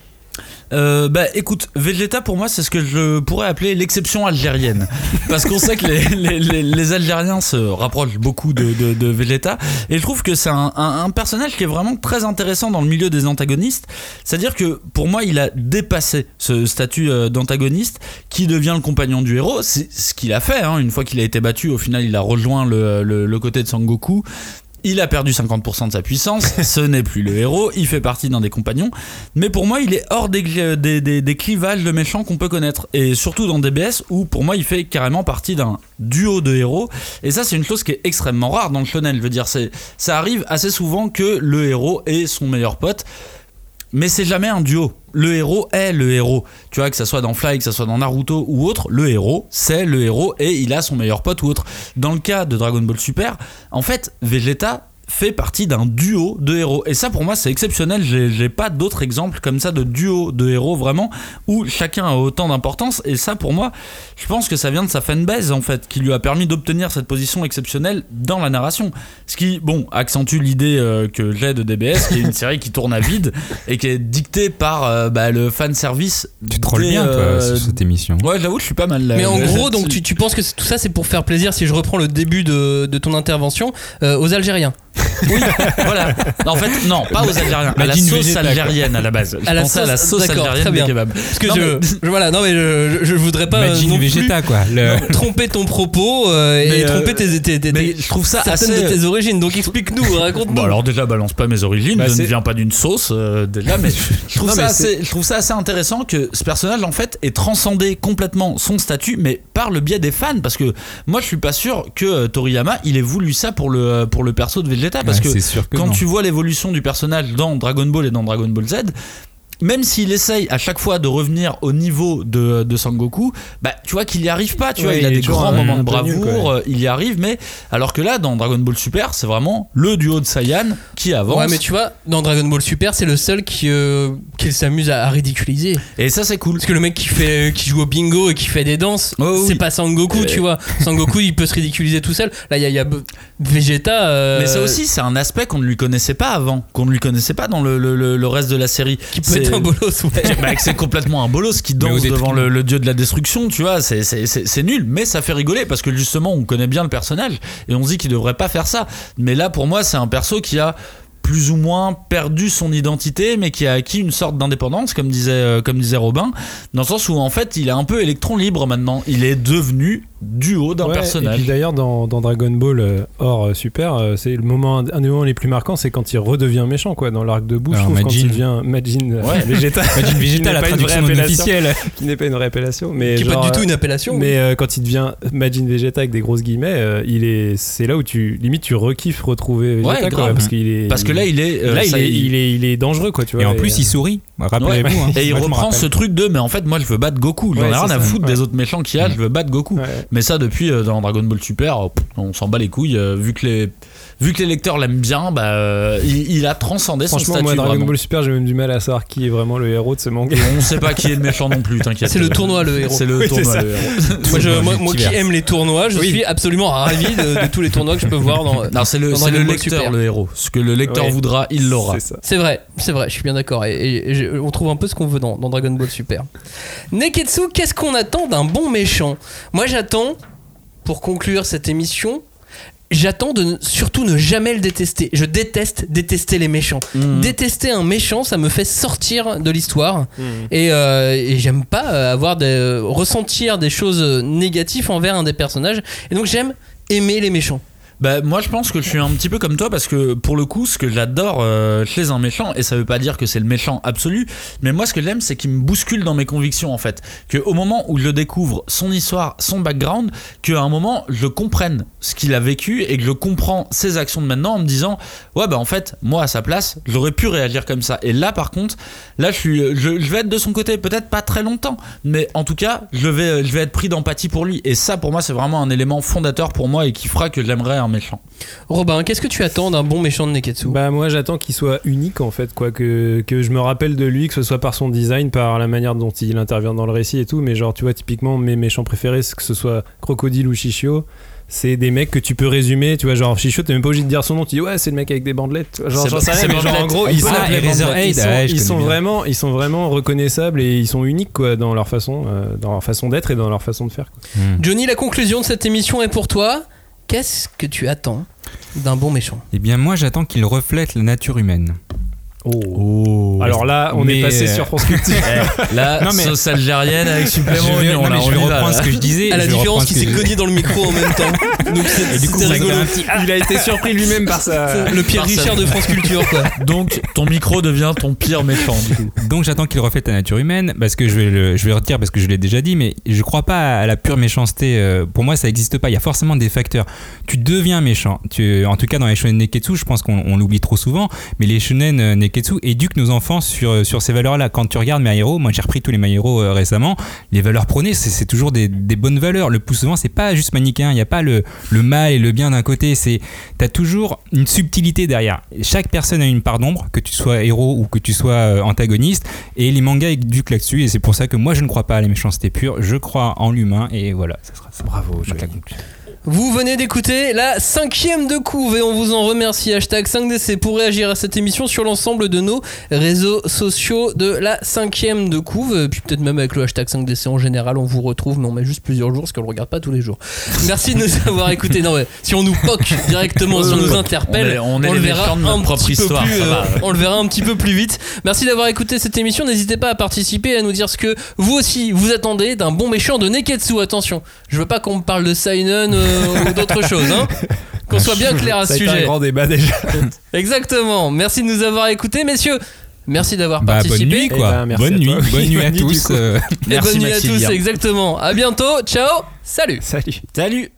Euh, bah écoute, Vegeta pour moi c'est ce que je pourrais appeler l'exception algérienne, parce qu'on sait que les, les, les, les Algériens se rapprochent beaucoup de, de, de Vegeta, et je trouve que c'est un, un, un personnage qui est vraiment très intéressant dans le milieu des antagonistes. C'est-à-dire que pour moi il a dépassé ce statut d'antagoniste qui devient le compagnon du héros. C'est ce qu'il a fait, hein. Une fois qu'il a été battu, au final il a rejoint le, le, le côté de Sangoku. Il a perdu cinquante pour cent de sa puissance, ce n'est plus le héros, il fait partie d'un des compagnons, mais pour moi il est hors des, des, des, des clivages de méchants qu'on peut connaître, et surtout dans D B S où pour moi il fait carrément partie d'un duo de héros, et ça c'est une chose qui est extrêmement rare dans le shonen. Je veux dire, c'est, ça arrive assez souvent que le héros est son meilleur pote, mais c'est jamais un duo. Le héros est le héros. Tu vois, que ça soit dans Fly, que ça soit dans Naruto ou autre, le héros, c'est le héros et il a son meilleur pote ou autre. Dans le cas de Dragon Ball Super, en fait, Vegeta fait partie d'un duo de héros. Et ça, pour moi, c'est exceptionnel. J'ai, j'ai pas d'autres exemples comme ça de duo de héros, vraiment, où chacun a autant d'importance. Et ça, pour moi, je pense que ça vient de sa fanbase, en fait, qui lui a permis d'obtenir cette position exceptionnelle dans la narration. Ce qui, bon, accentue l'idée euh, que j'ai de D B S, qui est une série qui tourne à vide et qui est dictée par euh, bah, le fanservice. Tu trolles bien, euh, toi, sur cette émission. Ouais, j'avoue, je suis pas mal là. Mais en gros, donc, tu, tu penses que tout ça, c'est pour faire plaisir, si je reprends le début de, de ton intervention, euh, aux Algériens. Oui, voilà. Non, en fait, non, pas aux Algériens. À la sauce Vegeta, algérienne à la base. Je à la pensais sauce, à la sauce algérienne des kebabs. Parce que non, je, mais... je, voilà, non mais je, je, je voudrais pas Imagine non Vegeta, plus quoi. Le... non, tromper ton propos euh, et euh, tromper tes, tes, tes, tes je trouve ça certaines assez... de tes origines. Donc explique-nous, raconte-nous. Bon alors déjà balance pas mes origines. Bah, je c'est... ne viens pas d'une sauce euh, déjà, mais je trouve non, ça mais assez, je trouve ça assez intéressant que ce personnage en fait ait transcendé complètement son statut, mais par le biais des fans, parce que moi je suis pas sûr que euh, Toriyama il ait voulu ça pour le pour le perso de Vegeta, parce ouais, que, que quand non. tu vois l'évolution du personnage dans Dragon Ball et dans Dragon Ball Z, même s'il essaye à chaque fois de revenir au niveau de, de Sangoku, bah tu vois qu'il y arrive pas, tu ouais, vois, il, il a des grands moments de bravoure, nul, il y arrive, mais alors que là dans Dragon Ball Super, c'est vraiment le duo de Saiyan qui avance. Ouais, mais tu vois, dans Dragon Ball Super, c'est le seul qui euh, qui s'amuse à, à ridiculiser. Et ça c'est cool. Parce que le mec qui fait qui joue au bingo et qui fait des danses, oh, c'est oui. pas Sangoku, euh... tu vois. Sangoku, il peut se ridiculiser tout seul. Là, il y a, y a Vegeta. Euh... Mais ça aussi, c'est un aspect qu'on ne lui connaissait pas avant, qu'on ne lui connaissait pas dans le le, le, le reste de la série. Qui peut être un bolos, ouais. Bah, c'est complètement un bolos qui danse devant le, le dieu de la destruction, tu vois, c'est, c'est, c'est, c'est nul, mais ça fait rigoler parce que justement on connaît bien le personnage et on se dit qu'il devrait pas faire ça. Mais là pour moi c'est un perso qui a plus ou moins perdu son identité, mais qui a acquis une sorte d'indépendance, comme disait, euh, comme disait Robin, dans le sens où en fait il est un peu électron libre maintenant, il est devenu duo d'un ouais, personnage. Et puis d'ailleurs dans, dans Dragon Ball euh, hors euh, Super, euh, c'est le moment, un des moments les plus marquants, c'est quand il redevient méchant, quoi, dans l'arc de Boo. Je trouve quand il devient Majin ouais. Vegeta, Majin Vegeta, la traduction officielle, qui n'est pas une réappellation, mais qui n'est pas du tout une appellation. Mais euh, quand il devient Majin Vegeta avec des grosses guillemets, euh, il est, c'est là où tu limite tu rekiffes retrouver Vegeta, ouais, quoi, parce qu'il est, parce que là il est, euh, là il est, il est, il est dangereux, quoi, tu vois. Et en plus il sourit. Rappelez-vous. Ouais. Hein. Et il reprend ce truc de, mais en fait moi je veux battre Goku. J'en ai rien à foutre des autres méchants qu'il y a. Je veux battre Goku. Mais ça depuis dans Dragon Ball Super, on s'en bat les couilles, euh, vu que les vu que les lecteurs l'aiment bien, bah euh, il, il a transcendé son statut. Moi, Dragon vraiment. Ball Super, j'ai même du mal à savoir qui est vraiment le héros de ce manga. On sait pas qui est le méchant non plus, t'inquiète. C'est le tournoi le héros. C'est le oui, tournoi c'est le héros. Moi, je, moi, moi qui aime les tournois, je oui. suis absolument ravi de, de tous les tournois que je peux voir dans. Non, c'est le, c'est le lecteur Super. Le héros. Ce que le lecteur oui. voudra, il l'aura. C'est, c'est vrai, c'est vrai, je suis bien d'accord. Et, et, et on trouve un peu ce qu'on veut dans, dans Dragon Ball Super. Neketsu, qu'est-ce qu'on attend d'un bon méchant ? Moi, j'attends, pour conclure cette émission, j'attends de ne- surtout ne jamais le détester. Je déteste détester les méchants. Mmh. Détester un méchant, ça me fait sortir de l'histoire. Mmh. Et, euh, et j'aime pas euh, avoir des, euh, ressentir des choses négatives envers un des personnages. Et donc j'aime aimer les méchants. Bah, moi je pense que je suis un petit peu comme toi parce que pour le coup ce que j'adore euh, chez un méchant, et ça veut pas dire que c'est le méchant absolu, mais moi ce que j'aime c'est qu'il me bouscule dans mes convictions en fait, qu'au moment où je découvre son histoire, son background, qu'à un moment je comprenne ce qu'il a vécu et que je comprends ses actions de maintenant en me disant ouais bah en fait moi à sa place j'aurais pu réagir comme ça. Et là par contre là je suis je, je vais être de son côté, peut-être pas très longtemps, mais en tout cas je vais, je vais être pris d'empathie pour lui, et ça pour moi c'est vraiment un élément fondateur pour moi et qui fera que j'aimerais un méchant. Robin, qu'est-ce que tu attends d'un bon méchant de Neketsu? Bah moi j'attends qu'il soit unique en fait, quoi, que, que je me rappelle de lui, que ce soit par son design, par la manière dont il intervient dans le récit et tout, mais genre tu vois typiquement mes méchants préférés, que ce soit Crocodile ou Shishio, c'est des mecs que tu peux résumer, tu vois, genre Shishio t'es même pas obligé de dire son nom, tu dis ouais c'est le mec avec des bandelettes, genre C'est j'en pas- sais rien, c'est mais genre en bandelettes. gros On ils peut sont, l'appeler ils sont, bandelettes. ils sont, Ouais, je ils connais sont bien. vraiment ils sont vraiment reconnaissables et ils sont uniques quoi dans leur façon euh, dans leur façon d'être et dans leur façon de faire quoi. Hmm. Johnny, la conclusion de cette émission est pour toi. Qu'est-ce que tu attends d'un bon méchant? Eh bien, moi, j'attends qu'il reflète la nature humaine. Oh. Alors là on Mais, est passé euh, sur France Culture. Là Non, mais- sauce algérienne avec supplément Je vais, oignon, non, là, mais je on vais y va, reprendre là. ce que je disais. À la je vais différence reprendre qu'il ce s'est que je- cogné dans le micro en même temps. Donc c'est, Et du coup, c'était ça fait rigolo. un petit- Il a été surpris lui-même par ça. Le Pierre Par ça. Richard de France Culture, quoi. Donc ton micro devient ton pire méchant du coup. Donc j'attends qu'il reflète la nature humaine, parce que je vais le, je vais le retirer parce que je l'ai déjà dit, mais je crois pas à la pure méchanceté. euh, Pour moi, ça n'existe pas. Il y a forcément des facteurs. Tu deviens méchant. Tu, en tout cas, dans les shonen Neketsu, je pense qu'on on l'oublie trop souvent, mais les shonen euh, Neketsu éduquent nos enfants sur, sur ces valeurs-là. Quand tu regardes My Hero, moi j'ai repris tous les My Hero euh, récemment, les valeurs prônées, c'est, c'est toujours des, des bonnes valeurs. Le plus souvent, c'est pas juste manichéen. Il n'y a pas le, le mal et le bien d'un côté. C'est, t'as toujours une subtilité derrière. Chaque personne a une part d'ombre, que tu sois héros ou que tu sois euh, antagoniste, et les mangas éduquent là-dessus, et c'est pour ça que moi je ne crois pas à la méchanceté pure, je crois en l'humain, et voilà, ça sera ça. Bravo, Donc, la Johnny. conclusion. Vous venez d'écouter la cinquième de couve et on vous en remercie. Hashtag cinq D C pour réagir à cette émission sur l'ensemble de nos réseaux sociaux de la cinquième de couve. Puis peut-être même avec le hashtag cinq D C en général, on vous retrouve, mais on met juste plusieurs jours parce qu'on le regarde pas tous les jours. Merci de nous avoir écoutés. Non, mais si on nous poque directement, si on nous interpelle, On est- on est le les verra méchants de notre un propre petit peu histoire, plus, ça euh, va. on le verra un petit peu plus vite. Merci d'avoir écouté cette émission. N'hésitez pas à participer, à nous dire ce que vous aussi vous attendez d'un bon méchant de Neketsu. Attention, je veux pas qu'on me parle de Seinen euh, ou d'autres choses. Hein. Qu'on soit bien clair à ce Ça a été un sujet. grand débat déjà. Exactement. Merci de nous avoir écoutés, messieurs. Merci d'avoir Bah, bonne participé. nuit, quoi. Eh ben, merci bonne à nuit, toi. bonne Oui, nuit à bonne nuit, du tous. coup. euh. Et Merci, bonne nuit à tous. Maximilien. Exactement. À bientôt. Ciao. Salut. Salut. Salut.